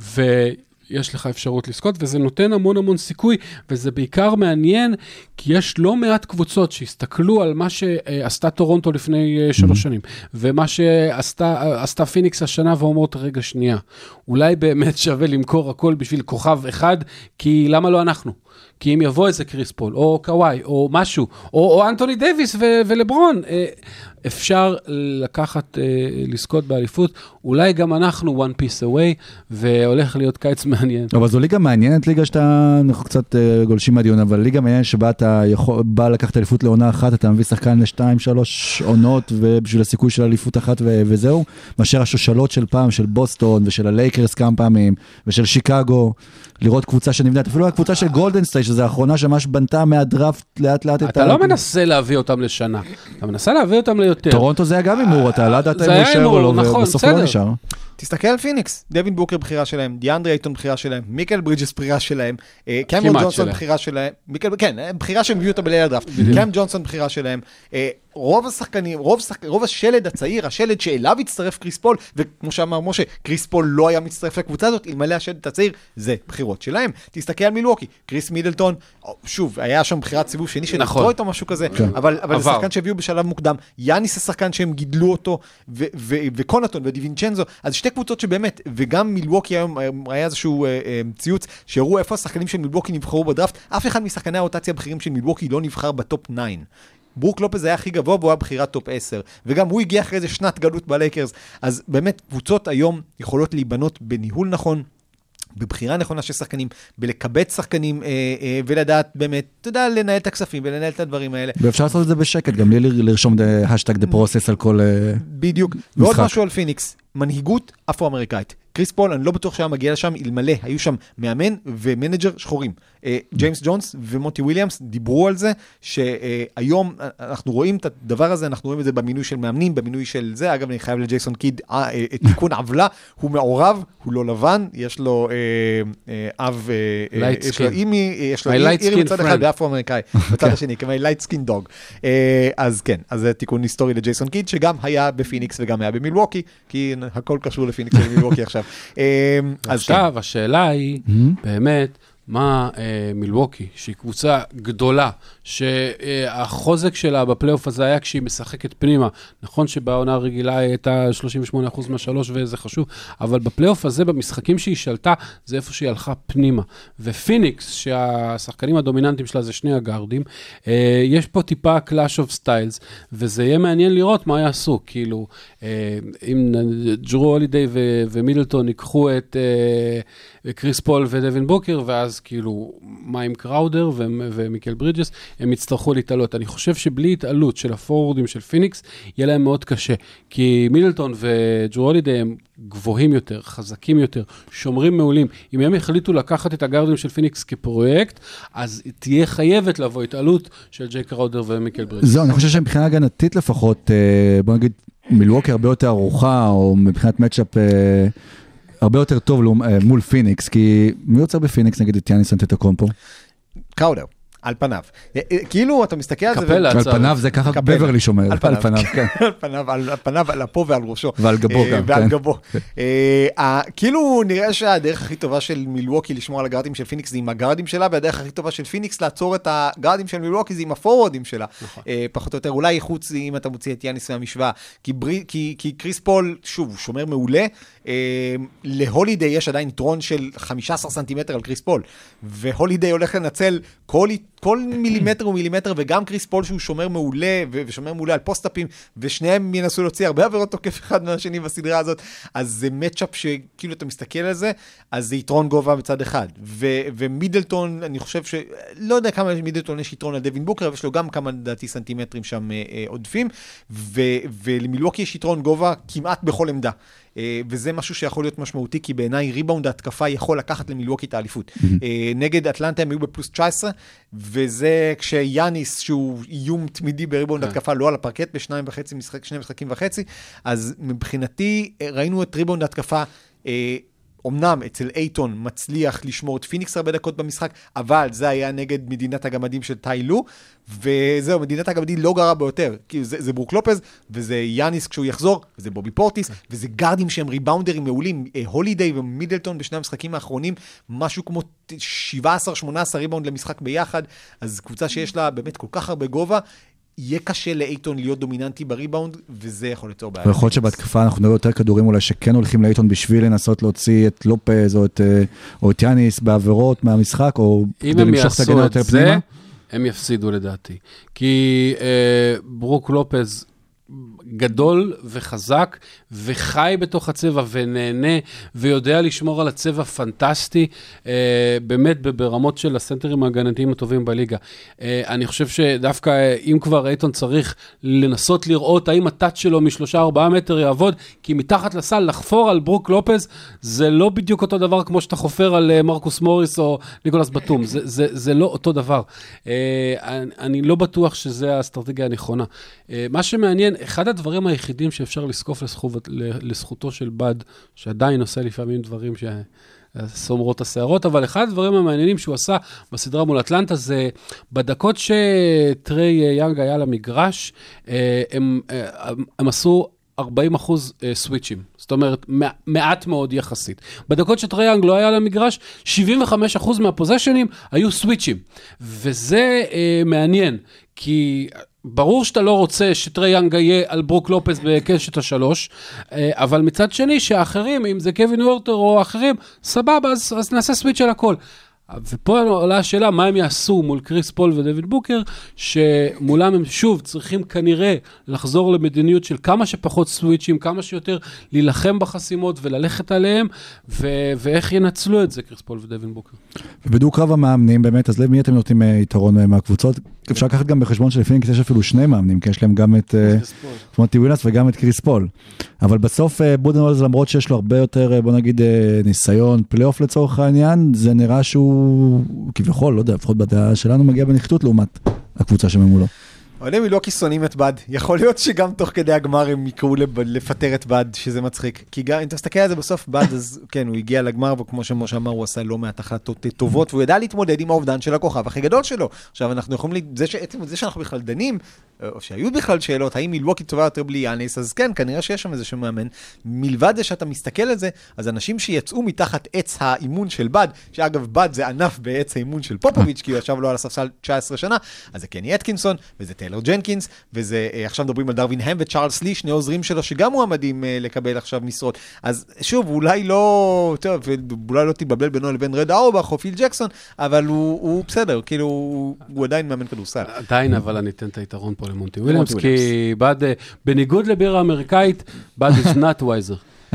ויש לך אפשרות לזכות, וזה נותן המון המון סיכוי, וזה בעיקר מעניין, כי יש לא מעט קבוצות שהסתכלו על מה שעשתה טורונטו לפני שלוש שנים, ומה שעשתה פיניקס השנה, ואומרות, רגע שנייה, אולי באמת שווה למכור הכל בשביל כוכב אחד, כי למה לא אנחנו? כי אם יבוא איזה קריס פול, או קוואי, או משהו, או, או אנטוני דייביס ו- ולברון, אפשר לקחת, לזכות באליפות, אולי גם אנחנו one piece away, והולך להיות קיץ מעניין. אבל זו ליגה מעניינת, ליגה שאתה, אנחנו קצת גולשים מהדיון, אבל ליגה מעניינת שבה אתה יכול, בא לקחת אליפות לעונה אחת, אתה מביא שחקן לשתיים, שלוש עונות, ובשביל הסיכוי של אליפות אחת ו- וזהו, מאשר השושלות של פעם, של בוסטון, ושל הלייקרס כמה פעמים, ושל שיקגו, לראות קבוצה שנבנית, אפילו הקבוצה של גולדן סטייט, שזו האחרונה שממש בנתה מהדראפט לאט לאט את ה... אתה לא מנסה להביא אותם לשנה, אתה מנסה להביא אותם ליותר. טורונטו זה היה גם אימור, אתה לא יודעת אם הוא יישאר או לא, ובסוף לא נשאר. תסתכל על פיניקס, דווין בוקר בחירה שלהם, דיאנדרי אייטון בחירה שלהם, מיקל ברידג'ס בחירה שלהם, קאם ג'ונסון בחירה שלהם, כן, בחירה שהם הביאו אותה בליל הדראפט, קאם ג'ונסון בחירה שלהם, רוב השחקנים, רוב, שחק... רוב השלד הצעיר, השלד שאליו הצטרף קריס פול, וכמו שאמר משה, קריס פול לא היה מצטרף לקבוצה הזאת, אלמלא השלד הצעיר, זה בחירות שלהם. תסתכל על מילווקי, קריס מידלטון, שוב, היה שם בחירת סיבוב שני של נכון. נטרויט או משהו כזה, כן. אבל, אבל זה שחקן שהביאו בשלב מוקדם, יאניס השחקן שהם גידלו אותו, ו- ו- וקונטון ודיווינצ'נזו, אז שתי קבוצות שבאמת, וגם מילווקי היום היה איזשהו אה, אה, ציוץ, שהראו איפה השחקנים של מילווקי נבחרו בדראפט, אף אחד משחקני הרוטציה הבכירים של מילווקי לא נבחר בטופ תשע. ברוק לופז היה הכי גבוה, והוא היה בחירת טופ עשר, וגם הוא הגיע אחרי איזה שנת גלות בלייקרס, אז באמת קבוצות היום יכולות להיבנות בניהול נכון, בבחירה נכונה של שחקנים, בלקבץ שחקנים, אה, אה, ולדעת באמת, אתה יודע, לנהל את הכספים ולנהל את הדברים האלה. ואפשר לעשות את זה בשקט, גם לי לרשום השטג דה פרוסס על כל אה, בדיוק. משחק. ועוד משהו על פיניקס, מנהיגות אפרו-אמריקאית. קריס פול, אני לא בטוח שהיה מגיע לשם, אלמלא, היו שם מאמן ומנג'ר שחורים. ג'יימס ג'ונס ומוטי וויליאמס דיברו על זה, שהיום אנחנו רואים את הדבר הזה, אנחנו רואים את זה במינוי של מאמנים, במינוי של זה, אגב, אני חייב לג'ייסון קיד, תיקון עוולה, הוא מעורב, הוא לא לבן, יש לו אב, יש לו אימי, יש לו עיר מצד אחד באפרו-אמריקאי, בצד השני, כמי לייט סקין דוג. אז כן, אז זה תיקון היסטורי לג'ייסון קיד, שגם היה בפיניקס וגם היה במילווקי, כי הכל קשור לפיניקס ומילווקי עכשיו. עכשיו, השאלה היא, באמת, מה מילווקי, שהיא קבוצה גדולה, שהחוזק שלה בפלייאוף הזה היה כשהיא משחקת פנימה, נכון שבעונה הרגילה הייתה שלושים ושמונה אחוז מהשלוש וזה חשוב, אבל בפלייאוף הזה, במשחקים שהיא שלטה, זה איפה שהיא הלכה פנימה. ופיניקס, שהשחקנים הדומיננטיים שלה זה שני הגארדים, יש פה טיפה קלאש אוף סטיילס, וזה יהיה מעניין לראות מה יעשו, כאילו, אם ג'רו הולידיי ומידלטון ייקחו את קריס פול ודווין בוקר, ואז כאילו מיים קראודר ומיקל ברידג'ס, הם יצטרכו להתעלות. אני חושב שבלי התעלות של הפורורדים של פיניקס, יהיה להם מאוד קשה, כי מידלטון וג'רו הולידיי הם גבוהים יותר, חזקים יותר, שומרים מעולים. אם הם החליטו לקחת את הגארדים של פיניקס כפרויקט, אז תהיה חייבת לבוא התעלות של ג'יי קראודר ומיקל ברידג'ס. זהו, אני חושב שמבחינה הגנתית לפחות, בוא נגיד, מילווקי הרבה יותר ארוכה, או מבחינת מצ'אפ הרבה יותר טוב מול פיניקס, כי מי יוצר בפיניקס נגיד את יאניס אנטטוקומפו? קראודר. על פניו. כאילו, אתה מסתכל על זה... על פניו זה ככה בברלי שומר. על פניו, כן. על פניו, על פניו, על אפו ועל ראשו. ועל גבו גם. ועל גבו. כאילו, נראה שהדרך הכי טובה של מילווקי לשמור על הגארדים של פיניקס זה עם הגארדים שלה, והדרך הכי טובה של פיניקס לעצור את הגארדים של מילווקי זה עם הפורורדים שלה. פחות או יותר, אולי חוץ אם אתה מוציא את יאניס מהמשוואה. כי קריס פול, שוב, שומר מעולה. להולידיי יש עדיין יתרון של חמישה עשר סנטימטר על קריס פול, והולידיי הולך לנצל כל, כל מילימטר ומילימטר, וגם קריס פול שהוא שומר מעולה, ושומר מעולה על פוסט-אפים, ושניהם ינסו להוציא הרבה עבירות תוקף אחד מהשני בסדרה הזאת, אז זה מצ'אפ שכאילו אתה מסתכל על זה, אז זה יתרון גובה בצד אחד, ו- ומידלטון, אני חושב ש... לא יודע כמה מידלטון יש יתרון על דווין בוקר, אבל יש לו גם כמה דעתי סנטימטרים שם אה, אה, עודפים, ו- ולמילווקי יש יתרון גובה כמעט בכל עמדה. וזה משהו שיכול להיות משמעותי, כי בעיניי ריבאונד ההתקפה יכול לקחת למילווקי את האליפות. נגד אטלנטה הם היו בפלוס תשע עשרה, וזה כשיאניס, שהוא איום תמידי בריבאונד ההתקפה, לא על הפרקט בשניים וחצי, שני משחקים וחצי, אז מבחינתי ראינו את ריבאונד ההתקפה אמנם אצל אייטון מצליח לשמור את פיניקס הרבה דקות במשחק, אבל זה היה נגד מדינת הגמדים של טיילו, וזהו, מדינת הגמדים לא גרה ביותר, כי זה, זה ברוק לופז, וזה יאניס כשהוא יחזור, וזה בובי פורטיס, וזה גארדים שהם ריבאונדרים מעולים, הולידיי ומידלטון בשני המשחקים האחרונים, משהו כמו שבע עשרה שמונה עשרה ריבאונד למשחק ביחד, אז קבוצה שיש לה באמת כל כך הרבה גובה, יהיה קשה לאייטון להיות דומיננטי בריבאונד, וזה יכול ליצור בעיה. ויכול להיות שבהתקפה אנחנו נראה יותר כדורים אולי שכן הולכים לאייטון בשביל לנסות להוציא את לופז או את, או את יאניס בעבירות מהמשחק, או אם הם יעשו את זה, פנימה. הם יפסידו לדעתי. כי אה, ברוק לופז גדול וחזק, וחי בתוך הצבע ונהנה, ויודע לשמור על הצבע פנטסטי, אה, באמת ברמות של הסנטרים ההגנתיים הטובים בליגה. אה, אני חושב שדווקא אה, אם כבר אייטון צריך לנסות לראות האם הטאץ' שלו משלושה ארבעה מטר יעבוד, כי מתחת לסל לחפור על ברוק לופז, זה לא בדיוק אותו דבר כמו שאתה חופר על אה, מרקוס מוריס או ניקולס בטום, זה, זה, זה לא אותו דבר. אה, אני, אני לא בטוח שזה האסטרטגיה הנכונה. אה, מה שמעניין, אחד הדברים היחידים שאפשר לזקוף לזכות, לזכותו של בד, שעדיין עושה לפעמים דברים שסומרות השערות, אבל אחד הדברים המעניינים שהוא עשה בסדרה מול אטלנטה, זה בדקות שטרי יאנג היה למגרש, הם, הם עשו ארבעים אחוז סוויצ'ים, זאת אומרת, מעט מאוד יחסית. בדקות שטרי יאנג לא היה למגרש, שבעים וחמישה אחוז מהפוזיישנים היו סוויצ'ים, וזה מעניין, כי ברור שאתה לא רוצה שטרי יאנג יהיה על ברוק לופז בקשת השלוש, אבל מצד שני שהאחרים, אם זה קווין וורטר או אחרים, סבבה, אז, אז נעשה סוויץ' על הכל. ופה עולה השאלה, מה הם יעשו מול קריס פול ודויד בוקר, שמולם הם שוב צריכים כנראה לחזור למדיניות של כמה שפחות סוויצ'ים, כמה שיותר להילחם בחסימות וללכת עליהם, ו- ואיך ינצלו את זה קריס פול ודויד בוקר. ובדוק קרב המאמנים באמת, אז למי אתם נותנים יתרון מהקבוצות? אפשר לקחת גם בחשבון שלפיניקס יש אפילו שני מאמנים, כי יש להם גם את מונטי וויליאמס וגם את קריס פול. אבל בסוף בודנוולדס, למרות שיש לו הרבה יותר, בוא נגיד, ניסיון, פלייאוף לצורך העניין, זה נראה שהוא כביכול, לא יודע, לפחות בדעה שלנו מגיע בנחיתות לעומת הקבוצה שממולו. אוהדי מילווקי שונאים את בד. יכול להיות שגם תוך כדי הגמר הם יקראו לפטר את בד, שזה מצחיק. כי אם אתה מסתכל על זה בסוף, בד, אז כן, הוא הגיע לגמר, וכמו שמשה אמר, הוא עשה לא מעט החלטות טובות, והוא ידע להתמודד עם האובדן של הכוכב הכי גדול שלו. עכשיו, אנחנו יכולים, זה שעצם זה שאנחנו בכלל דנים, או שהיו בכלל שאלות, האם מילווקי טובה יותר בלי יאניס, אז כן, כנראה שיש שם איזשהו מאמן. מלבד זה שאתה מסתכל על זה, אז אנשים שיצאו מתחת עץ האימון של בד, שאגב, בד זה ענף בעץ האימון של פופוביץ', כי הוא ישב לו על הספסל תשע עשרה שנה, אז זה קני אטקינסון, וזה טיילר ג'נקינס, וזה, עכשיו מדברים על דרווין הם וצ'ארלס לי, שני עוזרים שלו, שגם הוא עמדים לקבל עכשיו משרות. אז שוב, אולי לא, טוב, אולי לא תתבלבל בינו לבין רד אורבך או פיל ג'קסון, אבל הוא, הוא בסדר, כאילו, הוא עדיין מאמן כדורסל. עדיין, אבל אני אתן את היתרון פה למונטי וויליאמס, כי בד, בניגוד לבירה האמריקאית, בד is not wiser.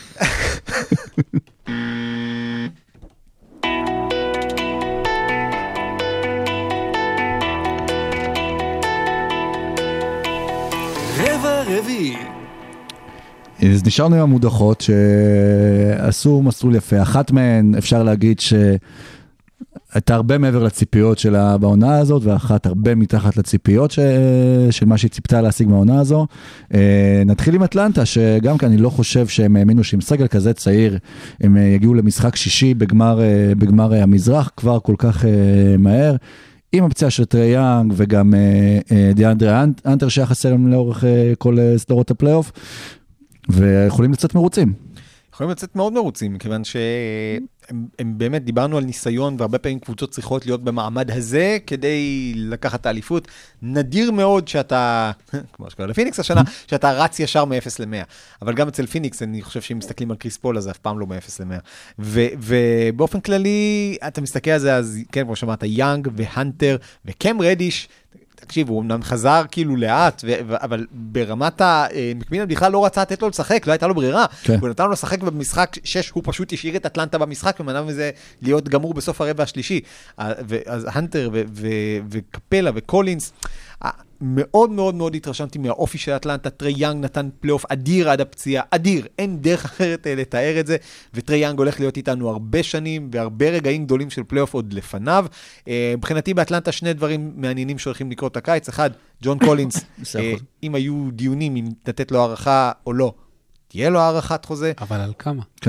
רבע רביעי. אז נשארנו עם המודחות שעשו מסלול יפה. אחת מהן אפשר להגיד שהייתה הרבה מעבר לציפיות שלה בעונה הזאת, ואחת הרבה מתחת לציפיות ש... של מה שהיא ציפתה להשיג מהעונה הזו. נתחיל עם אטלנטה, שגם כי אני לא חושב שהם האמינו שעם סגל כזה צעיר, הם יגיעו למשחק שישי בגמר, בגמר המזרח, כבר כל כך מהר. עם הפציעה של טרי יאנג וגם דיאנדרה אנטר שהיה חסר להם לאורך כל סדרות הפלייאוף, ויכולים לצאת מרוצים. יכולים לצאת מאוד מרוצים, כיוון שהם הם באמת דיברנו על ניסיון, והרבה פעמים קבוצות צריכות להיות במעמד הזה, כדי לקחת את האליפות. נדיר מאוד שאתה, כמו שקורה לפיניקס השנה, שאתה רץ ישר מ-אפס למאה. אבל גם אצל פיניקס, אני חושב שאם מסתכלים על קריס פול, אז אף פעם לא מ-אפס למאה. ובאופן כללי, אתה מסתכל על זה, אז כן, כמו שמעת, יאנג והנטר וקם רדיש, תקשיב, הוא אמנם חזר כאילו לאט, אבל ברמת המקמין בכלל לא רצה לתת לו לשחק, לא הייתה לו ברירה. הוא נתן לו לשחק במשחק שש, הוא פשוט השאיר את אטלנטה במשחק, ומנע מזה להיות גמור בסוף הרבע השלישי. אז הנטר וקפלה וקולינס, מאוד מאוד מאוד התרשמתי מהאופי של אטלנטה. טרי יאנג נתן פלייאוף אדיר עד הפציעה, אדיר, אין דרך אחרת לתאר את זה, וטרי יאנג הולך להיות איתנו הרבה שנים, והרבה רגעים גדולים של פלייאוף עוד לפניו. מבחינתי באטלנטה שני דברים מעניינים שהולכים לקרות הקיץ. אחד, ג'ון קולינס, אם היו דיונים אם לתת לו הערכה או לא, תהיה לו הערכת חוזה. אבל על כמה? כן.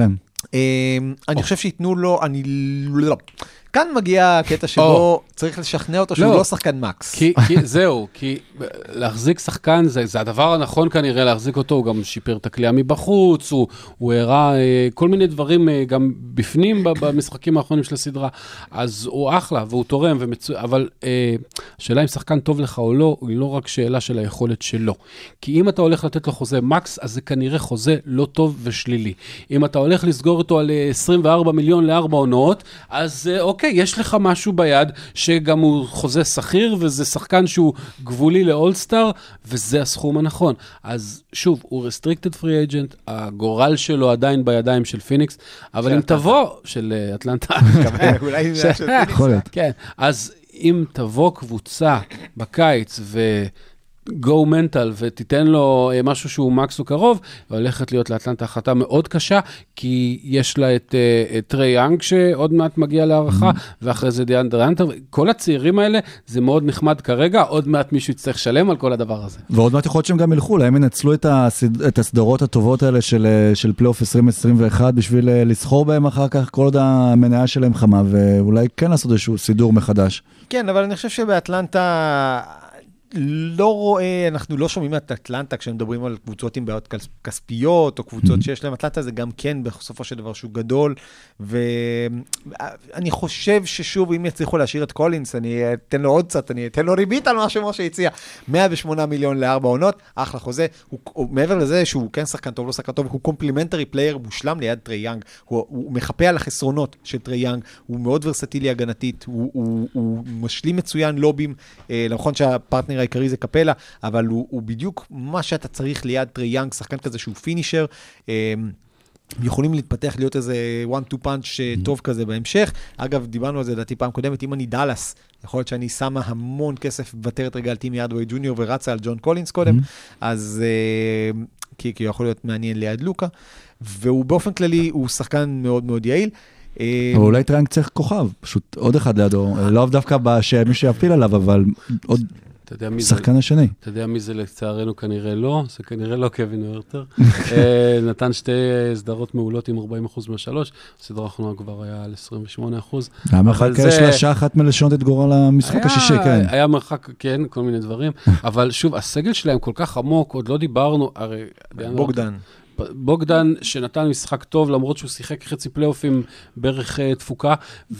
אני חושב שיתנו לו, אני לא... כאן מגיע הקטע שבו צריך לשכנע אותו שהוא לא שחקן מקס. זהו, כי להחזיק שחקן, זה הדבר הנכון כנראה להחזיק אותו, הוא גם שיפר את הכלייה מבחוץ, הוא הראה כל מיני דברים גם בפנים במשחקים האחרונים של הסדרה, אז הוא אחלה והוא תורם, אבל השאלה אם שחקן טוב לך או לא, היא לא רק שאלה של היכולת שלו. כי אם אתה הולך לתת לו חוזה מקס, אז זה כנראה חוזה לא טוב ושלילי. אם אתה הולך לסגור אותו על עשרים וארבעה מיליון לארבע עונות, אז אוקיי, אוקיי, יש לך משהו ביד שגם הוא חוזה שכיר, וזה שחקן שהוא גבולי לאולסטאר, וזה הסכום הנכון. אז שוב, הוא restricted free agent, הגורל שלו עדיין בידיים של פיניקס, אבל אם תבוא, של אטלנטה, אולי זה של פיניקס. כן, אז אם תבוא קבוצה בקיץ ו... go mental, ותיתן לו משהו שהוא מקס או קרוב, והולכת להיות לאטלנטה החלטה מאוד קשה, כי יש לה את, את טרי יאנג, שעוד מעט מגיע להערכה, ואחרי זה דיאנדרה הנטר, כל הצעירים האלה, זה מאוד נחמד כרגע, עוד מעט מישהו יצטרך לשלם על כל הדבר הזה. ועוד מעט יכול להיות שהם גם ילכו, להם ינצלו את, הסד... את הסדרות הטובות האלה של, של פלייאוף עשרים עשרים ואחת, בשביל לסחור בהם אחר כך, כל עוד המניה שלהם חמה, ואולי כן לעשות איזשהו סידור מחדש. כן, אבל אני חושב שבאטלנטה לא רואה, אנחנו לא שומעים את אטלנטה כשמדברים על קבוצות עם בעיות כספיות, או קבוצות שיש להם אטלנטה, זה גם כן בסופו של דבר שהוא גדול, ואני חושב ששוב, אם יצליחו להשאיר את קולינס, אני אתן לו עוד קצת, אני אתן לו ריבית על מה שמשה הציע, מאה ושמונה מיליון לארבע עונות, אחלה חוזה, הוא, מעבר לזה שהוא כן שחקן טוב, לא שחקן טוב, הוא קומפלימנטרי פלייר מושלם ליד טרי יאנג, הוא, הוא מחפה על החסרונות של טרי יאנג, הוא מאוד ורסטילי הגנתית, הוא, הוא, הוא משלים מצוין לובים, נכון שהפרטנר העיקרי זה קפלה, אבל הוא, הוא בדיוק מה שאתה צריך ליד טרי יאנג, שחקן כזה שהוא פינישר, יכולים להתפתח להיות איזה one two punch טוב כזה בהמשך. אגב, דיברנו על זה דעתי פעם קודמת, אם אני דלס, יכול להיות שאני שמה המון כסף בטרת רגלתי מיאדווי ג'וניור ורצה על ג'ון קולינס קודם, אז כי, כי יכול להיות מעניין ליד לוקה, והוא באופן כללי, הוא שחקן מאוד מאוד יעיל. אבל אולי טרי יאנג צריך כוכב, פשוט עוד אחד לידו, לא דווקא שמי שיפיל עליו, אבל עוד... שחקן השני. אתה יודע מי זה לצערנו כנראה לא, זה כנראה לא קווין וורטר. נתן שתי סדרות מעולות עם ארבעים אחוז מהשלוש, הסדרה האחרונה כבר היה על עשרים ושמונה אחוז. היה מרחק שלושה אחת מלשנות את גורל המשחק השישי, כן. היה מרחק, כן, כל מיני דברים, אבל שוב, הסגל שלהם כל כך עמוק, עוד לא דיברנו, הרי... בוגדן. בוגדן שנתן משחק טוב, למרות שהוא שיחק חצי פלייאופים בערך תפוקה,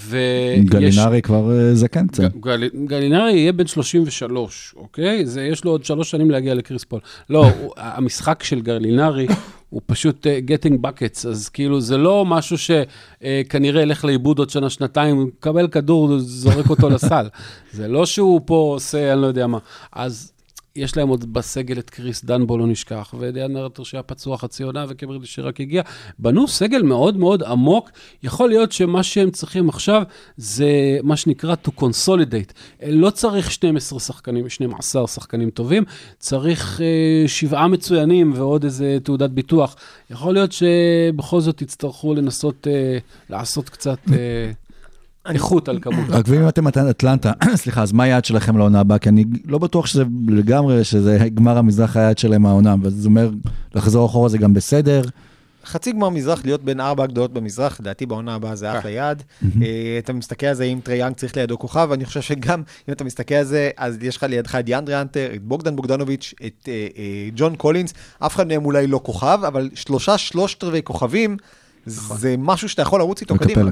גלינרי כבר זקן קצת. גלינרי יהיה בן שלושים ושלוש, אוקיי? זה, יש לו עוד שלוש שנים להגיע לקריס פול. לא, המשחק של גלינרי הוא פשוט getting buckets, אז כאילו זה לא משהו שכנראה ילך לאיבוד עוד שנה, שנתיים, הוא מקבל כדור, זורק אותו לסל. זה לא שהוא פה עושה, אני לא יודע מה. אז יש להם עוד בסגל את קריס דנבו, לא נשכח, ודיאן נרטר שהיה פצוע חצי עונה, וקמריד שרק הגיע. בנו סגל מאוד מאוד עמוק, יכול להיות שמה שהם צריכים עכשיו, זה מה שנקרא to consolidate. לא צריך שנים עשר שחקנים, שנים עשר שחקנים טובים, צריך uh, שבעה מצוינים, ועוד איזה תעודת ביטוח. יכול להיות שבכל זאת יצטרכו לנסות uh, לעשות קצת... Uh, איכות על כמות. רק ואם אתם אטלנטה, סליחה, אז מה היעד שלכם לעונה הבאה? כי אני לא בטוח שזה לגמרי, שזה גמר המזרח היעד שלהם העונה, וזה אומר, לחזור אחורה זה גם בסדר. חצי גמר מזרח להיות בין ארבע הגדולות במזרח, לדעתי בעונה הבאה זה אחלה יעד. אתה מסתכל על זה, אם טרי יאנג צריך לידו כוכב, ואני חושב שגם אם אתה מסתכל על זה, אז יש לך לידך את דיאנדרה הנטר, את בוגדן בוגדנוביץ', את ג'ון קולינס, אף אחד מהם אולי לא כוכב, אבל שלושה, שלושת רבעי כוכבים, זה משהו שאתה יכול לרוץ איתו קדימה.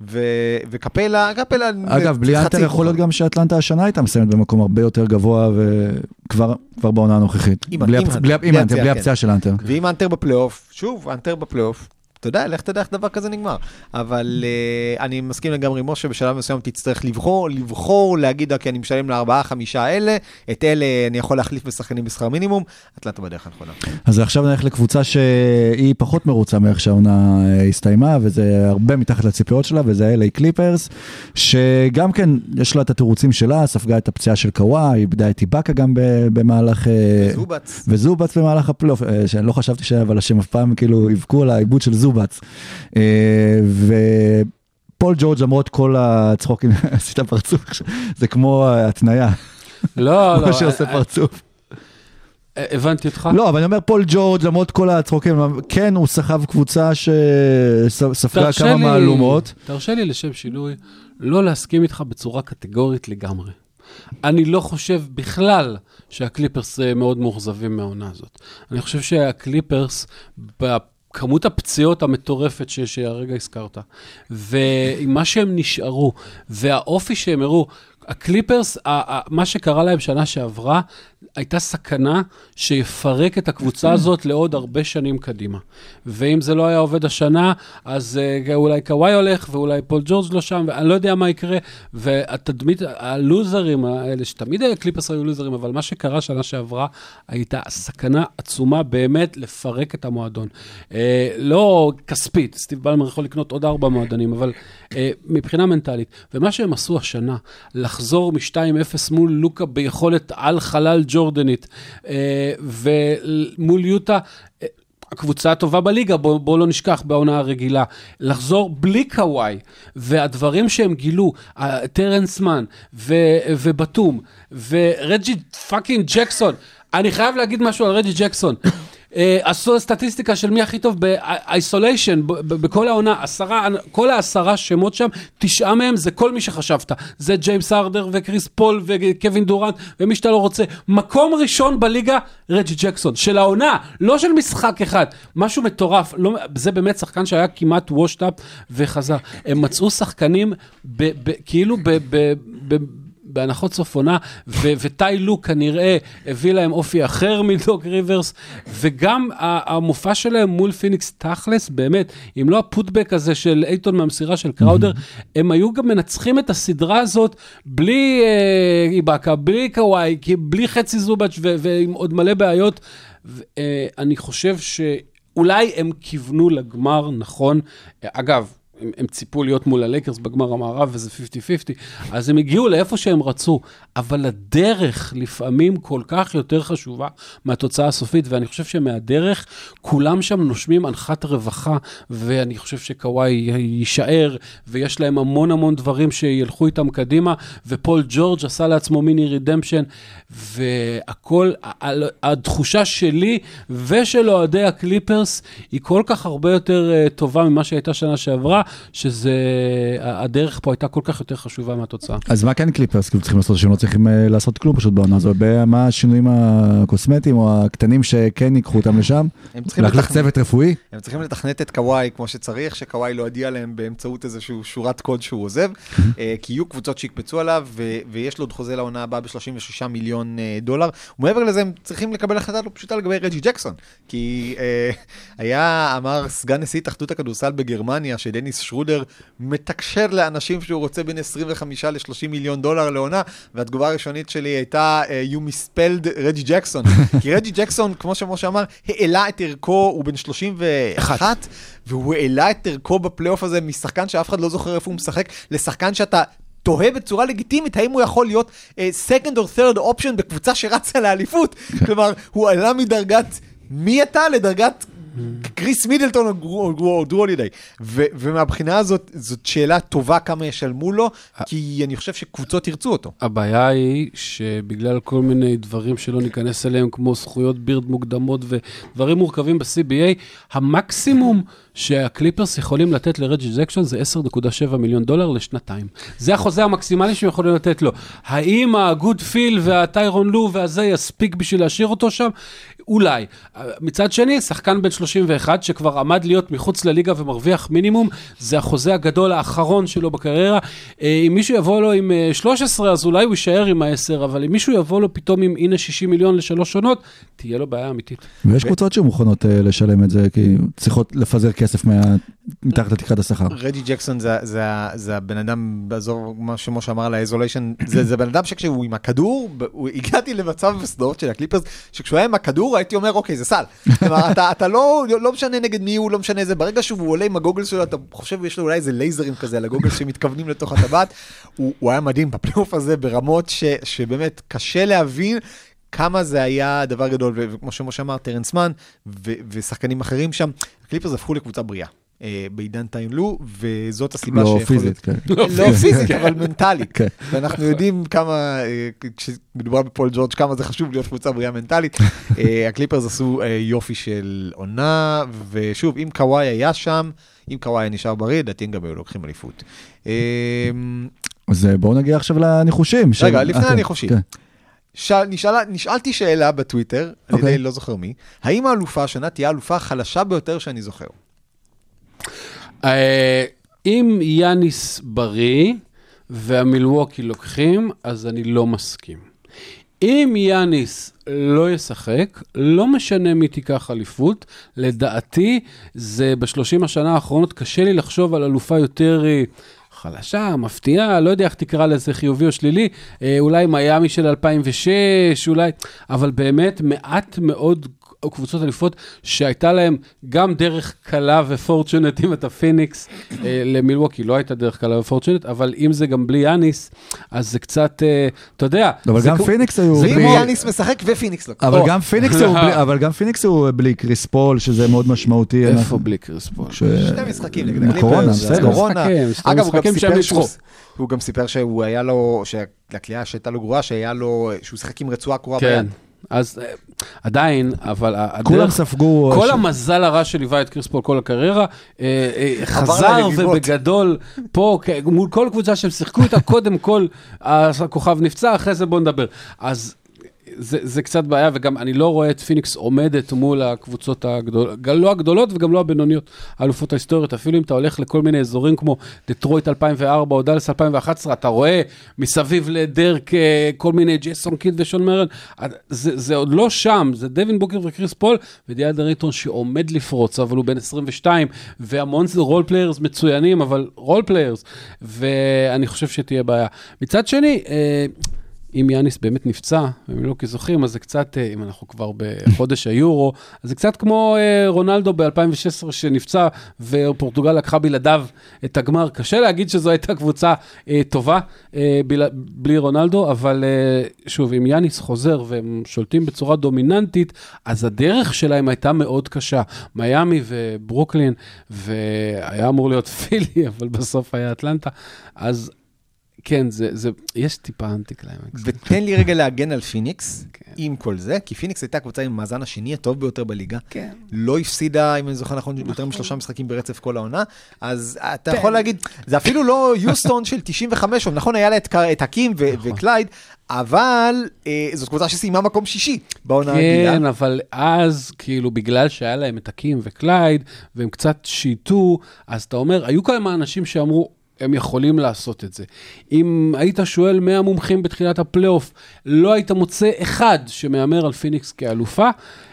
וקפלה, קפלה... אגב, בלי אנטר יכול להיות גם שאטלנטה השנה הייתה מסיימת במקום הרבה יותר גבוה, וכבר בעונה הנוכחית. בלי הפציעה של אנטר. ואם אנטר בפלייאוף, שוב, אנטר בפלייאוף, אתה יודע, לך תדע איך דבר כזה נגמר. אבל uh, אני מסכים לגמרי משה, בשלב מסוים תצטרך לבחור, לבחור, להגיד, כי אני משלם לארבעה, חמישה אלה, את אלה אני יכול להחליף בשחקנים בשכר מינימום, אטלנטה בדרך הנכונה. אז עכשיו נלך לקבוצה שהיא פחות מרוצה מאיך שהעונה הסתיימה, וזה הרבה מתחת לציפיות שלה, וזה אל איי קליפרס, שגם כן יש לה את התירוצים שלה, ספגה את הפציעה של קוואי, איבדה את איבאקה גם במהלך... וזובץ. וזובץ במהלך הפלייאוף, שאני לא חשבתי אבל השם אף פעם כאילו יבכו על העיבוד של זובץ. ופול ג'ורג' למרות כל הצחוקים, עשית פרצוף, זה כמו התניה. לא, לא. כמו שעושה פרצוף. הבנתי אותך. לא, אבל אני אומר, פול ג'ורג' למרות כל הצחוקים, כן, הוא סחב קבוצה שספגה כמה מהלומות. תרשה לי לשם שינוי, לא להסכים איתך בצורה קטגורית לגמרי. אני לא חושב בכלל שהקליפרס מאוד מאוכזבים מהעונה הזאת. אני חושב שהקליפרס, בכמות הפציעות המטורפת שהרגע הזכרת, ומה שהם נשארו, והאופי שהם הראו, הקליפרס, מה שקרה להם שנה שעברה, הייתה סכנה שיפרק את הקבוצה הזאת לעוד הרבה שנים קדימה. ואם זה לא היה עובד השנה, אז אולי קוואי הולך, ואולי פול ג'ורג' לא שם, ואני לא יודע מה יקרה, והתדמית, הלוזרים האלה, שתמיד הקליפרס היו לוזרים, אבל מה שקרה שנה שעברה, הייתה סכנה עצומה באמת לפרק את המועדון. לא כספית, סטיב בלמר יכול לקנות עוד ארבע מועדונים, אבל מבחינה מנטלית. ומה שהם עשו השנה, לחזור מ-שתיים אפס מול לוקה ביכולת על חלל ג'ורדנית, ומול יוטה, הקבוצה הטובה בליגה, בוא, בוא לא נשכח בעונה הרגילה, לחזור בלי קוואי, והדברים שהם גילו, טרנס מן, ו, ובטום, ורג'י פאקינג ג'קסון, אני חייב להגיד משהו על רג'י ג'קסון, עשו סטטיסטיקה של מי הכי טוב באיסוליישן, בכל העונה, עשרה, כל העשרה שמות שם, תשעה מהם זה כל מי שחשבת. זה ג'יימס הרדר וקריס פול וקווין דורנט, ומי שאתה לא רוצה. מקום ראשון בליגה, רג'י ג'קסון, של העונה, לא של משחק אחד. משהו מטורף, לא, זה באמת שחקן שהיה כמעט וושט-אפ וחזר. הם מצאו שחקנים ב, ב, כאילו ב... ב, ב בהנחות סופונה, וטי לוק כנראה הביא להם אופי אחר מדוק ריברס, וגם המופע שלהם מול פיניקס תכלס, באמת, אם לא הפוטבק הזה של אייטון מהמסירה של קראודר, הם היו גם מנצחים את הסדרה הזאת, בלי איבאקה, בלי קוואי, בלי חצי זובץ' ועם עוד מלא בעיות, אני חושב שאולי הם כיוונו לגמר, נכון, אגב, הם, הם ציפו להיות מול הלייקרס בגמר המערב, וזה חמישים חמישים, אז הם הגיעו לאיפה שהם רצו, אבל הדרך לפעמים כל כך יותר חשובה מהתוצאה הסופית, ואני חושב שמהדרך כולם שם נושמים אנחת רווחה, ואני חושב שקוואי יישאר, ויש להם המון המון דברים שילכו איתם קדימה, ופול ג'ורג' עשה לעצמו מיני רידמפשן, והכל, התחושה שלי ושל אוהדי הקליפרס, היא כל כך הרבה יותר טובה ממה שהייתה שנה שעברה, שזה, הדרך פה הייתה כל כך יותר חשובה מהתוצאה. אז מה כן קליפרס כאילו צריכים לעשות, שהם לא צריכים לעשות כלום פשוט בעונה הזו, מה השינויים הקוסמטיים או הקטנים שכן ייקחו אותם לשם? להחליף צוות רפואי? הם צריכים לתכנת את קוואי כמו שצריך, שקוואי לא הודיע להם באמצעות איזשהו שורת קוד שהוא עוזב, כי יהיו קבוצות שיקפצו עליו, ויש לו עוד חוזה לעונה הבאה ב-שלושים ושישה מיליון דולר, ומעבר לזה הם צריכים לקבל החלטה לא פשוטה לגבי רג'י ג'קסון, כי היה, אמר סגן נשיא התאחדות הכדורסל בגרמניה, שדניס שרודר מתקשר לאנשים שהוא רוצה בין עשרים וחמישה לשלושים מיליון דולר לעונה, והתגובה הראשונית שלי הייתה, you misspelled רג'י ג'קסון, כי רג'י ג'קסון, כמו שמשה אמר, העלה את ערכו, הוא בן שלושים ואחת, והוא העלה את ערכו בפלייאוף הזה, משחקן שאף אחד לא זוכר איפה הוא משחק, לשחקן שאתה תוהה בצורה לגיטימית, האם הוא יכול להיות uh, second or third option בקבוצה שרצה לאליפות, כלומר, הוא עלה מדרגת מי אתה לדרגת קריס מידלטון או דרו הולידיי, ומהבחינה הזאת, זאת שאלה טובה כמה ישלמו לו, כי אני חושב שקבוצות ירצו אותו. הבעיה היא שבגלל כל מיני דברים שלא ניכנס אליהם, כמו זכויות בירד מוקדמות ודברים מורכבים ב-סי בי איי, המקסימום שהקליפרס יכולים לתת לרג'י ג'קסון זה עשר נקודה שבע מיליון דולר לשנתיים. זה החוזה המקסימלי שהם יכולים לתת לו. האם הגוד פיל והטיירון לו והזה יספיק בשביל להשאיר אותו שם? אולי. מצד שני, שחקן בן שלושים ואחת שכבר עמד להיות מחוץ לליגה ומרוויח מינימום, זה החוזה הגדול האחרון שלו בקריירה. אם מישהו יבוא לו עם שלוש עשרה, אז אולי הוא יישאר עם ה-עשר, אבל אם מישהו יבוא לו פתאום עם הנה שישים מיליון לשלוש עונות, תהיה לו בעיה אמיתית. ויש קבוצות שמוכנות לשלם את זה, כי צריכות לפזר כסף מתחת לתקרת השכר. רג'י ג'קסון זה הבן אדם, בעזור מה שמו שאמר על האיזוליישן, זה בן אדם שכשהוא עם הכדור, הגעתי למצב בסדרות של הקליפרס, שכשהוא היה עם הכדור, הייתי אומר, אוקיי, זה סל. אתה לא משנה נגד מי הוא, לא משנה איזה, ברגע שהוא עולה עם הגוגל שלו, אתה חושב, יש לו אולי איזה לייזרים כזה על הגוגל שמתכוונים לתוך הטבעת, הוא היה מדהים בפלייאוף הזה, ברמות שבאמת קשה להבין כמה זה היה דבר גדול, וכמו שמשה אמר, טרנס מן ושחקנים אחרים שם, הקליפרס הפכו לקבוצה בריאה. בעידן טיילו, וזאת הסיבה לא פיזית, כן. לא פיזית, אבל מנטלית. ואנחנו יודעים כמה, כשמדובר בפול ג'ורג', כמה זה חשוב להיות קבוצה בריאה מנטלית. הקליפרס עשו יופי של עונה, ושוב, אם קוואי היה שם, אם קוואי נשאר בריא, דעתיים גם היו לוקחים אליפות. אז בואו נגיע עכשיו לניחושים. רגע, לפני הניחושים. נשאלתי שאלה בטוויטר, על ידי לא זוכר מי, האם האלופה השנה תהיה האלופה החלשה ביותר שאני זוכר? אם יאניס בריא, והמילווקי לוקחים, אז אני לא מסכים. אם יאניס לא ישחק, לא משנה מי תיקח אליפות, לדעתי זה בשלושים השנה האחרונות קשה לי לחשוב על אלופה יותר חלשה, מפתיעה, לא יודע איך תקרא לזה חיובי או שלילי, אולי מיאמי של אלפיים ושש, אולי, אבל באמת מעט מאוד קבוצות אליפות שהייתה להם גם דרך קלה ופורצ'ונט, אם אתה פיניקס, למילווקי לא הייתה דרך קלה ופורצ'ונט, אבל אם זה גם בלי יאניס, אז זה קצת, אתה יודע. אבל גם פיניקס היו... זה אם יאניס משחק ופיניקס לא. אבל גם פיניקס הוא בלי קריס פול, שזה מאוד משמעותי. איפה בלי קריס פול? שני משחקים נגד קורונה, קורונה. אגב, הוא גם סיפר שהוא היה לו, שהקליעה שהייתה לו גרועה, שהיה לו, שהוא שחק עם רצועה קרועה ביד. אז עדיין, אבל כולם ספגו... כל המזל הרע שליווה את קריס פול כל הקריירה, חזר ובגדול פה, מול כל קבוצה שהם שיחקו איתה, קודם כל הכוכב נפצע, אחרי זה בוא נדבר. אז זה, זה קצת בעיה, וגם אני לא רואה את פיניקס עומדת מול הקבוצות הגדולות, לא הגדולות וגם לא הבינוניות, האלופות ההיסטוריות, אפילו אם אתה הולך לכל מיני אזורים כמו דטרויט אלפיים וארבע או דלס אלפיים ואחת עשרה, אתה רואה מסביב לדרק כל מיני ג'ייסון קיד ושון מרן, זה, זה עוד לא שם, זה דווין בוקר וקריס פול, ודיאדר ריטון שעומד לפרוץ, אבל הוא בן עשרים ושתיים, והמון זה רול פליירס מצוינים, אבל רול פליירס, ואני חושב שתהיה בעיה. מצד שני, אם יאניס באמת נפצע, אם לא כזוכרים, אז זה קצת, אם אנחנו כבר בחודש היורו, אז זה קצת כמו רונלדו ב-אלפיים ושש עשרה שנפצע, ופורטוגל לקחה בלעדיו את הגמר. קשה להגיד שזו הייתה קבוצה טובה בלי רונלדו, אבל שוב, אם יאניס חוזר והם שולטים בצורה דומיננטית, אז הדרך שלהם הייתה מאוד קשה. מיאמי וברוקלין, והיה אמור להיות פילי, אבל בסוף היה אטלנטה, אז כן, זה, זה, יש טיפה אנטי-קליימקס. ותן לי רגע להגן על פיניקס, כן. עם כל זה, כי פיניקס הייתה קבוצה עם המאזן השני הטוב ביותר בליגה. כן. לא הפסידה, אם אני זוכר נכון, יותר משלושה משחקים ברצף כל העונה, אז אתה יכול להגיד, זה אפילו לא יוסטון של תשעים וחמש, נכון, היה לה את, את הקים ו- נכון. וקלייד, אבל אה, זאת קבוצה שסיימה מקום שישי בעונה הגילה. כן, אבל אז, כאילו, בגלל שהיה להם את הקים וקלייד, והם קצת שיטו, אז אתה אומר, היו כמה אנשים שאמרו, הם יכולים לעשות את זה. אם היית שואל מאה מומחים בתחילת הפלייאוף, לא היית מוצא אחד שמאמר על פיניקס כאלופה,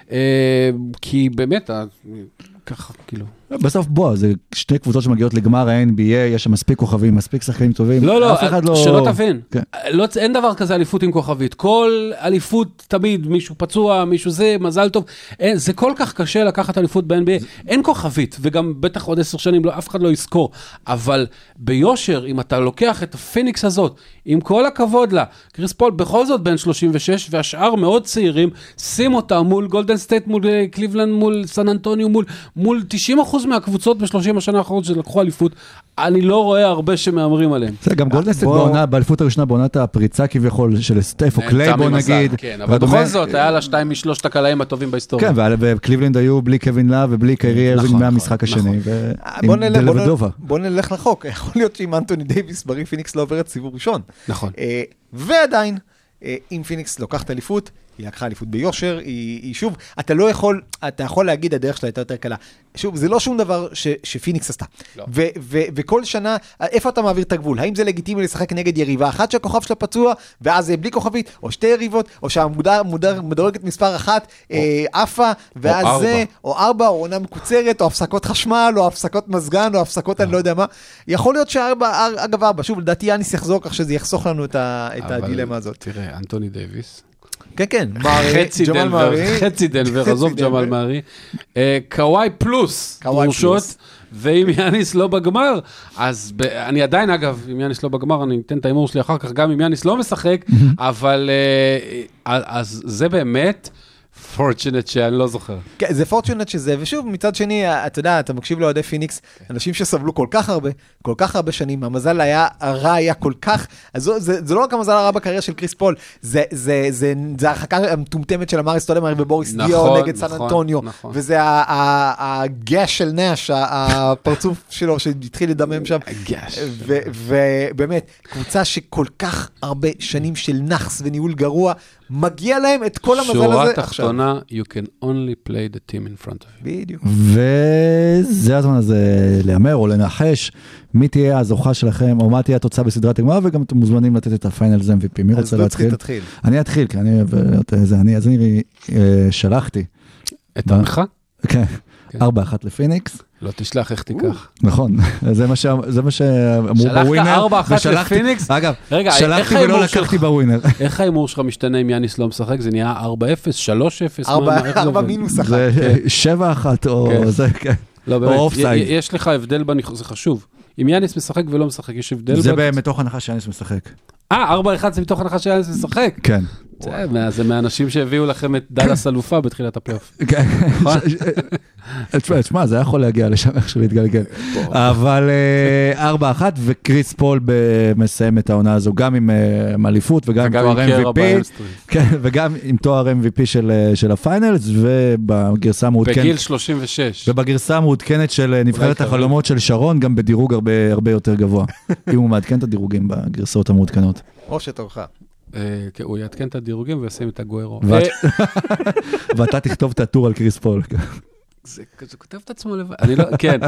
כי באמת, ככה, כאילו. בסוף בוא, זה שתי קבוצות שמגיעות לגמר ה-אן בי איי, יש שם מספיק כוכבים, מספיק שחקנים טובים. לא, לא, שלא תבין. אין דבר כזה אליפות עם כוכבית. כל אליפות תמיד, מישהו פצוע, מישהו זה, מזל טוב. זה כל כך קשה לקחת אליפות ב-אן בי איי. אין כוכבית, וגם בטח עוד עשר שנים אף אחד לא יזכור. אבל ביושר, אם אתה לוקח את הפיניקס הזאת, עם כל הכבוד לה, קריס פול בכל זאת בן שלושים ושש, והשאר מאוד צעירים, שים אותה מול גולדן סטייט, מול קליבלנד, מול סן אנטוניו, מול תשעים אחוז מהקבוצות ב-שלושים השנה האחרונות שלקחו אליפות, אני לא רואה הרבה שמאמרים עליהם. זה גם גולדן סטייט בעונה, באליפות הראשונה, בעונת הפריצה כביכול של סטף או קליי, בוא נגיד. כן, אבל בכל זאת, היה לה שתיים משלושת הקלעים הטובים בהיסטוריה. כן, וקליבלנד היו בלי קווין לאב ובלי קיירי ארווינג מהמשחק השני. בוא נלך לחוק, יכול להיות שאם אנטוני דייביס בריא פיניקס לא עוברת סיבוב ראשון. נכון. ועדיין, אם פיניקס לוקחת אליפות, היא לקחה אליפות ביושר, היא, היא שוב, אתה לא יכול, אתה יכול להגיד הדרך שלה הייתה יותר קלה. שוב, זה לא שום דבר ש, שפיניקס עשתה. לא. ו, ו, וכל שנה, איפה אתה מעביר את הגבול? האם זה לגיטימי לשחק נגד יריבה אחת שהכוכב שלה פצוע, ואז זה בלי כוכבית, או שתי יריבות, או שהמדורגת מספר אחת עפה, ואז או זה, או ארבע, או עונה מקוצרת, או הפסקות חשמל, או הפסקות מזגן, או הפסקות אני לא יודע מה. יכול להיות שארבע, אגב ארבע, שוב, לדעתי יאניס יחזור כך שזה יחסוך לנו את, ה, את הדילמה הזאת. תראה, אנטוני דייביס. כן, כן, חצי דנבר, חצי דנבר, עזוב ג'מאל מארי. קוואי פלוס, דרושות, ואם יאניס לא בגמר, אז אני עדיין, אגב, אם יאניס לא בגמר, אני אתן את האימור שלי אחר כך, גם אם יאניס לא משחק, אבל אז זה באמת פורצ'ונט שאני לא זוכר. כן, זה פורצ'ונט שזה, ושוב, מצד שני, אתה יודע, אתה מקשיב לאוהדי פיניקס, אנשים שסבלו כל כך הרבה, כל כך הרבה שנים, המזל היה, הרע היה כל כך, אז זה, זה, זה לא רק המזל הרע בקריירה של קריס פול, זה, זה, זה, זה ההרחקה המטומטמת של אמריס סטודמר ובוריס נכון, דיו נגד נכון, סן אנטוניו, נכון. וזה הגש של נש, הפרצוף שלו שהתחיל לדמם שם, ובאמת, קבוצה שכל כך הרבה שנים של נחס וניהול גרוע, מגיע להם את כל המזל הזה עכשיו. שורה תחתונה, you can only play the team in front of you. בדיוק. וזה הזמן הזה לאמר או לנחש, מי תהיה הזוכה שלכם, או מה תהיה התוצאה בסדרת הגמר, וגם אתם מוזמנים לתת את הפיינלס אם וי פי. מי רוצה להתחיל? אז תתחיל. אני אתחיל, כי אני, אז אני שלחתי. את עמך? כן. ארבע אחת לפיניקס. לא תשלח איך תיקח. נכון, זה מה שאמרו בווינר. שלחת ארבע אחת לפיניקס? אגב, שלחתי ולא לקחתי בווינר. איך ההימור שלך משתנה אם יאניס לא משחק? זה נהיה ארבע אפס, שלוש אפס? ארבע מינוס אחת. זה שבע אחת או זה, כן. לא, באמת, יש לך הבדל, זה חשוב. אם יאניס משחק ולא משחק, יש הבדל. זה מתוך הנחה שיאניס משחק. אה, ארבע אחת זה מתוך הנחה שיאניס משחק? כן. זה מהאנשים שהביאו לכם את דלס אלופה בתחילת הפלייאוף. כן. תשמע, זה יכול להגיע לשם איכשהו להתגלגל. אבל ארבע אחת וקריס פול מסיים את העונה הזו, גם עם אליפות וגם עם תואר אם וי פי. וגם עם תואר אם וי פי של הפיינלס, ובגרסה המעודכנת. בגיל שלושים ושש. ובגרסה המעודכנת של נבחרת החלומות של שרון, גם בדירוג הרבה יותר גבוה. אם הוא מעדכן את הדירוגים בגרסאות המעודכנות. או שתורך. הוא יעדכן את הדירוגים וישים את הגוארו. ואתה תכתוב את הטור על קריס פול. זה כותב את עצמו לבד. אני לא, כן.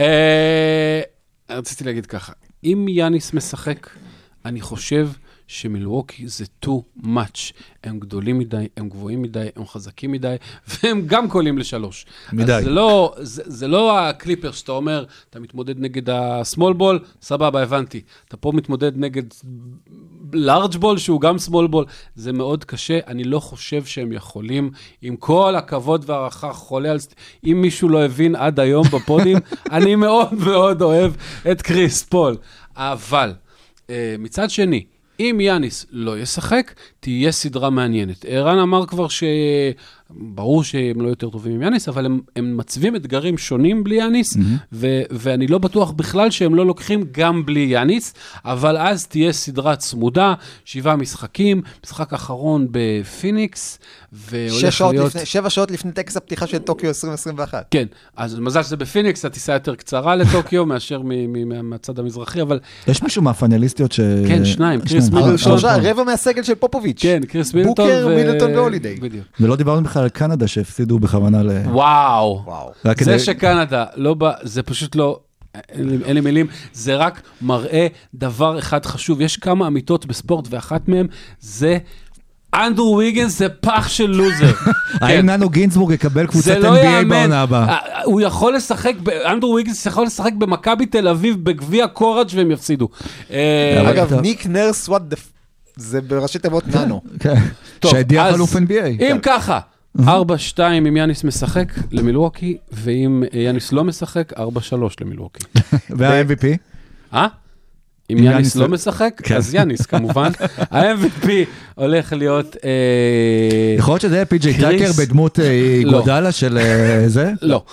רציתי להגיד ככה, אם יאניס משחק, אני חושב שמילווקי זה too much. הם גדולים מדי, הם גבוהים מדי, הם חזקים מדי, והם גם קולים לשלוש. מדי. אז זה לא, זה, זה לא הקליפר שאתה אומר, אתה מתמודד נגד הסמול בול, סבבה, הבנתי. אתה פה מתמודד נגד לארג' בול, שהוא גם סמול בול. זה מאוד קשה. אני לא חושב שהם יכולים, עם כל הכבוד והערכה חולה על... אם מישהו לא הבין עד היום בפודים, אני מאוד מאוד אוהב את קריס פול. אבל, מצד שני, אם יאניס לא ישחק, תהיה סדרה מעניינת. ערן אמר כבר שברור שהם לא יותר טובים עם יאניס, אבל הם, הם מצבים אתגרים שונים בלי יאניס, mm-hmm. ו- ואני לא בטוח בכלל שהם לא לוקחים גם בלי יאניס, אבל אז תהיה סדרה צמודה, שבעה משחקים, משחק אחרון בפיניקס, והולך להיות... לפני, שבע שעות לפני טקס הפתיחה של טוקיו עשרים עשרים ואחת. כן, אז מזל שזה בפיניקס, הטיסה יותר קצרה לטוקיו, מאשר מהצד המזרחי, אבל... יש מישהו מהפנליסטיות ש... כן, שניים, קריס מידלטון. רבע מהסגל של פופוביץ'. כן, קריס מידלטון. בוקר, מידלטון והולידיי. ולא דיברנו בכלל על קנדה שהפסידו בכוונה ל... וואו. זה שקנדה, זה פשוט לא... אין לי מילים, זה רק מראה דבר אחד חשוב. יש כמה אמיתות בספורט, ואחת מהן זה... אנדרו ויגנס זה פח של לוזר. האם ננו גינסבורג יקבל קבוצת אן בי איי בעונה הבאה? הוא יכול לשחק, אנדרו ויגנס יכול לשחק במכבי תל אביב בגביע קוראג' והם יפסידו. אגב, ניק נרס, זה בראשי תיבות ננו. שהדיח אלוף אן בי איי. אם ככה, ארבע שתיים אם יאניס משחק למילווקי, ואם יאניס לא משחק, ארבע שלוש למילווקי. וה-אם וי פי? אה? אם יאניס לא משחק, אז יאניס כמובן. ה-אם וי פי הולך להיות... יכול להיות שזה היה פי ג'יי טאקר בדמות גודלה של זה? לא.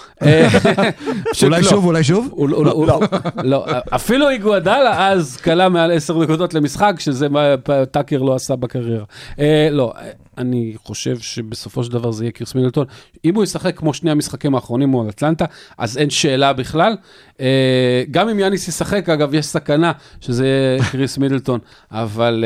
אולי שוב, אולי שוב? לא. אפילו גודלה אז קלה מעל עשר נקודות למשחק, שזה מה טאקר לא עשה בקריירה. לא, אני חושב שבסופו של דבר זה יהיה קריס מידלטון. אם הוא ישחק כמו שני המשחקים האחרונים מול אטלנטה, אז אין שאלה בכלל. גם אם יאניס ישחק, אגב, יש סכנה שזה קריס מידלטון, אבל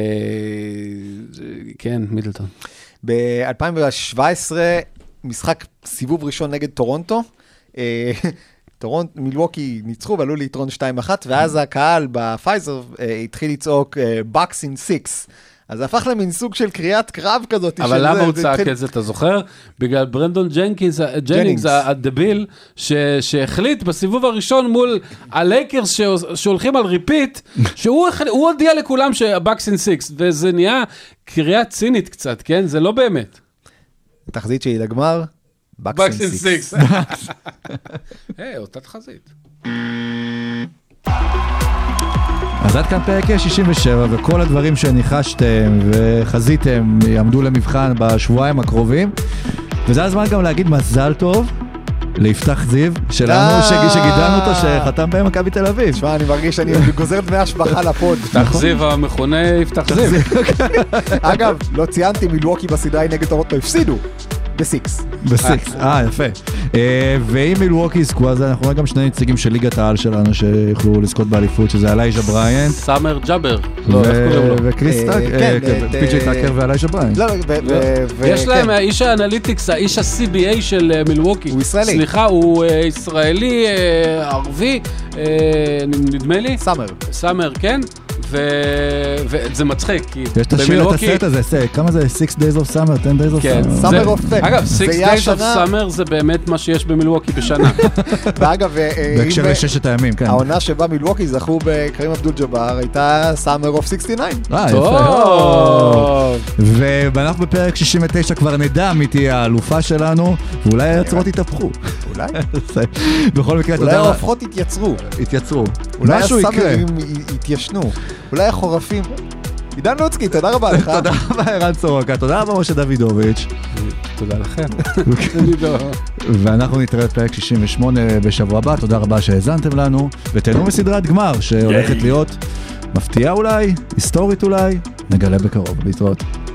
כן, מידלטון. ב-אלפיים שבע עשרה, משחק סיבוב ראשון נגד טורונטו, טורונטו, מילווקי ניצחו ועלו ליתרון שתיים אחת, ואז הקהל בפייזר התחיל לצעוק בוקס אין סיקס. אז זה הפך למין סוג של קריאת קרב כזאת. אבל למה הוא צעק את זה, אתה זוכר? בגלל ברנדון ג'נינגס, הדביל, שהחליט בסיבוב הראשון מול הלייקרס שהולכים על ריפיט, שהוא הודיע לכולם שבוקס אין סיקס, וזה נהיה קריאה צינית קצת, כן? זה לא באמת. התחזית שלי לגמר, בוקס אין סיקס. היי, אותה תחזית. אז עד כאן פרק שישים ושבע, וכל הדברים שניחשתם וחזיתם יעמדו למבחן בשבועיים הקרובים, וזה הזמן גם להגיד מזל טוב ליפתח זיו שלנו, שגידלנו אותו, שחתם במכבי תל אביב. תשמע, אני מרגיש שאני גוזר דמי השבחה לפוד. יפתח זיו המכונה יפתח זיו. אגב, לא ציינתי, מילווקי בסדרה נגד טורונטו הפסידו. בסיקס. בסיקס, אה, יפה. ואם מילווקי יזכו, אז אנחנו רואים גם שני נציגים של ליגת העל שלנו שיוכלו לזכות באליפות, שזה אלייג'ה בריינט. סאמר ג'אבר. וקריס פי.ג'יי טאקר ואלייג'ה בריינט. יש להם האיש האנליטיקס, האיש ה-סי בי איי של מילווקי. הוא ישראלי. סליחה, הוא ישראלי, ערבי, נדמה לי. סאמר. סאמר, כן. וזה מצחיק, כי יש את השיר, את הסרט הזה, כמה זה? six days of summer, ten days of summer. Summer of Tech. אגב, six days of summer זה באמת מה שיש במילווקי בשנה. ואגב, בהקשר לששת הימים, כן. העונה שבה מילווקי זכו בקרים אבדול ג'אבר הייתה Summer of שישים ותשע. אה, יפה. ואנחנו בפרק שישים ותשע כבר נדע מי תהיה האלופה שלנו, ואולי היוצרות יתהפכו. אולי? בכל מקרה, אולי ההופכות יתייצרו. יתייצרו. אולי הסאמרים יתיישנו. אולי החורפים. עידן לוצקי, תודה רבה לך. תודה רבה ערן סורוקה, תודה רבה משה דוידוביץ'. תודה לכם. ואנחנו נתראה בפרק שישים ושמונה בשבוע הבא, תודה רבה שהאזנתם לנו, ותהנו מסדרת גמר שהולכת להיות מפתיעה אולי, היסטורית אולי, נגלה בקרוב, להתראות.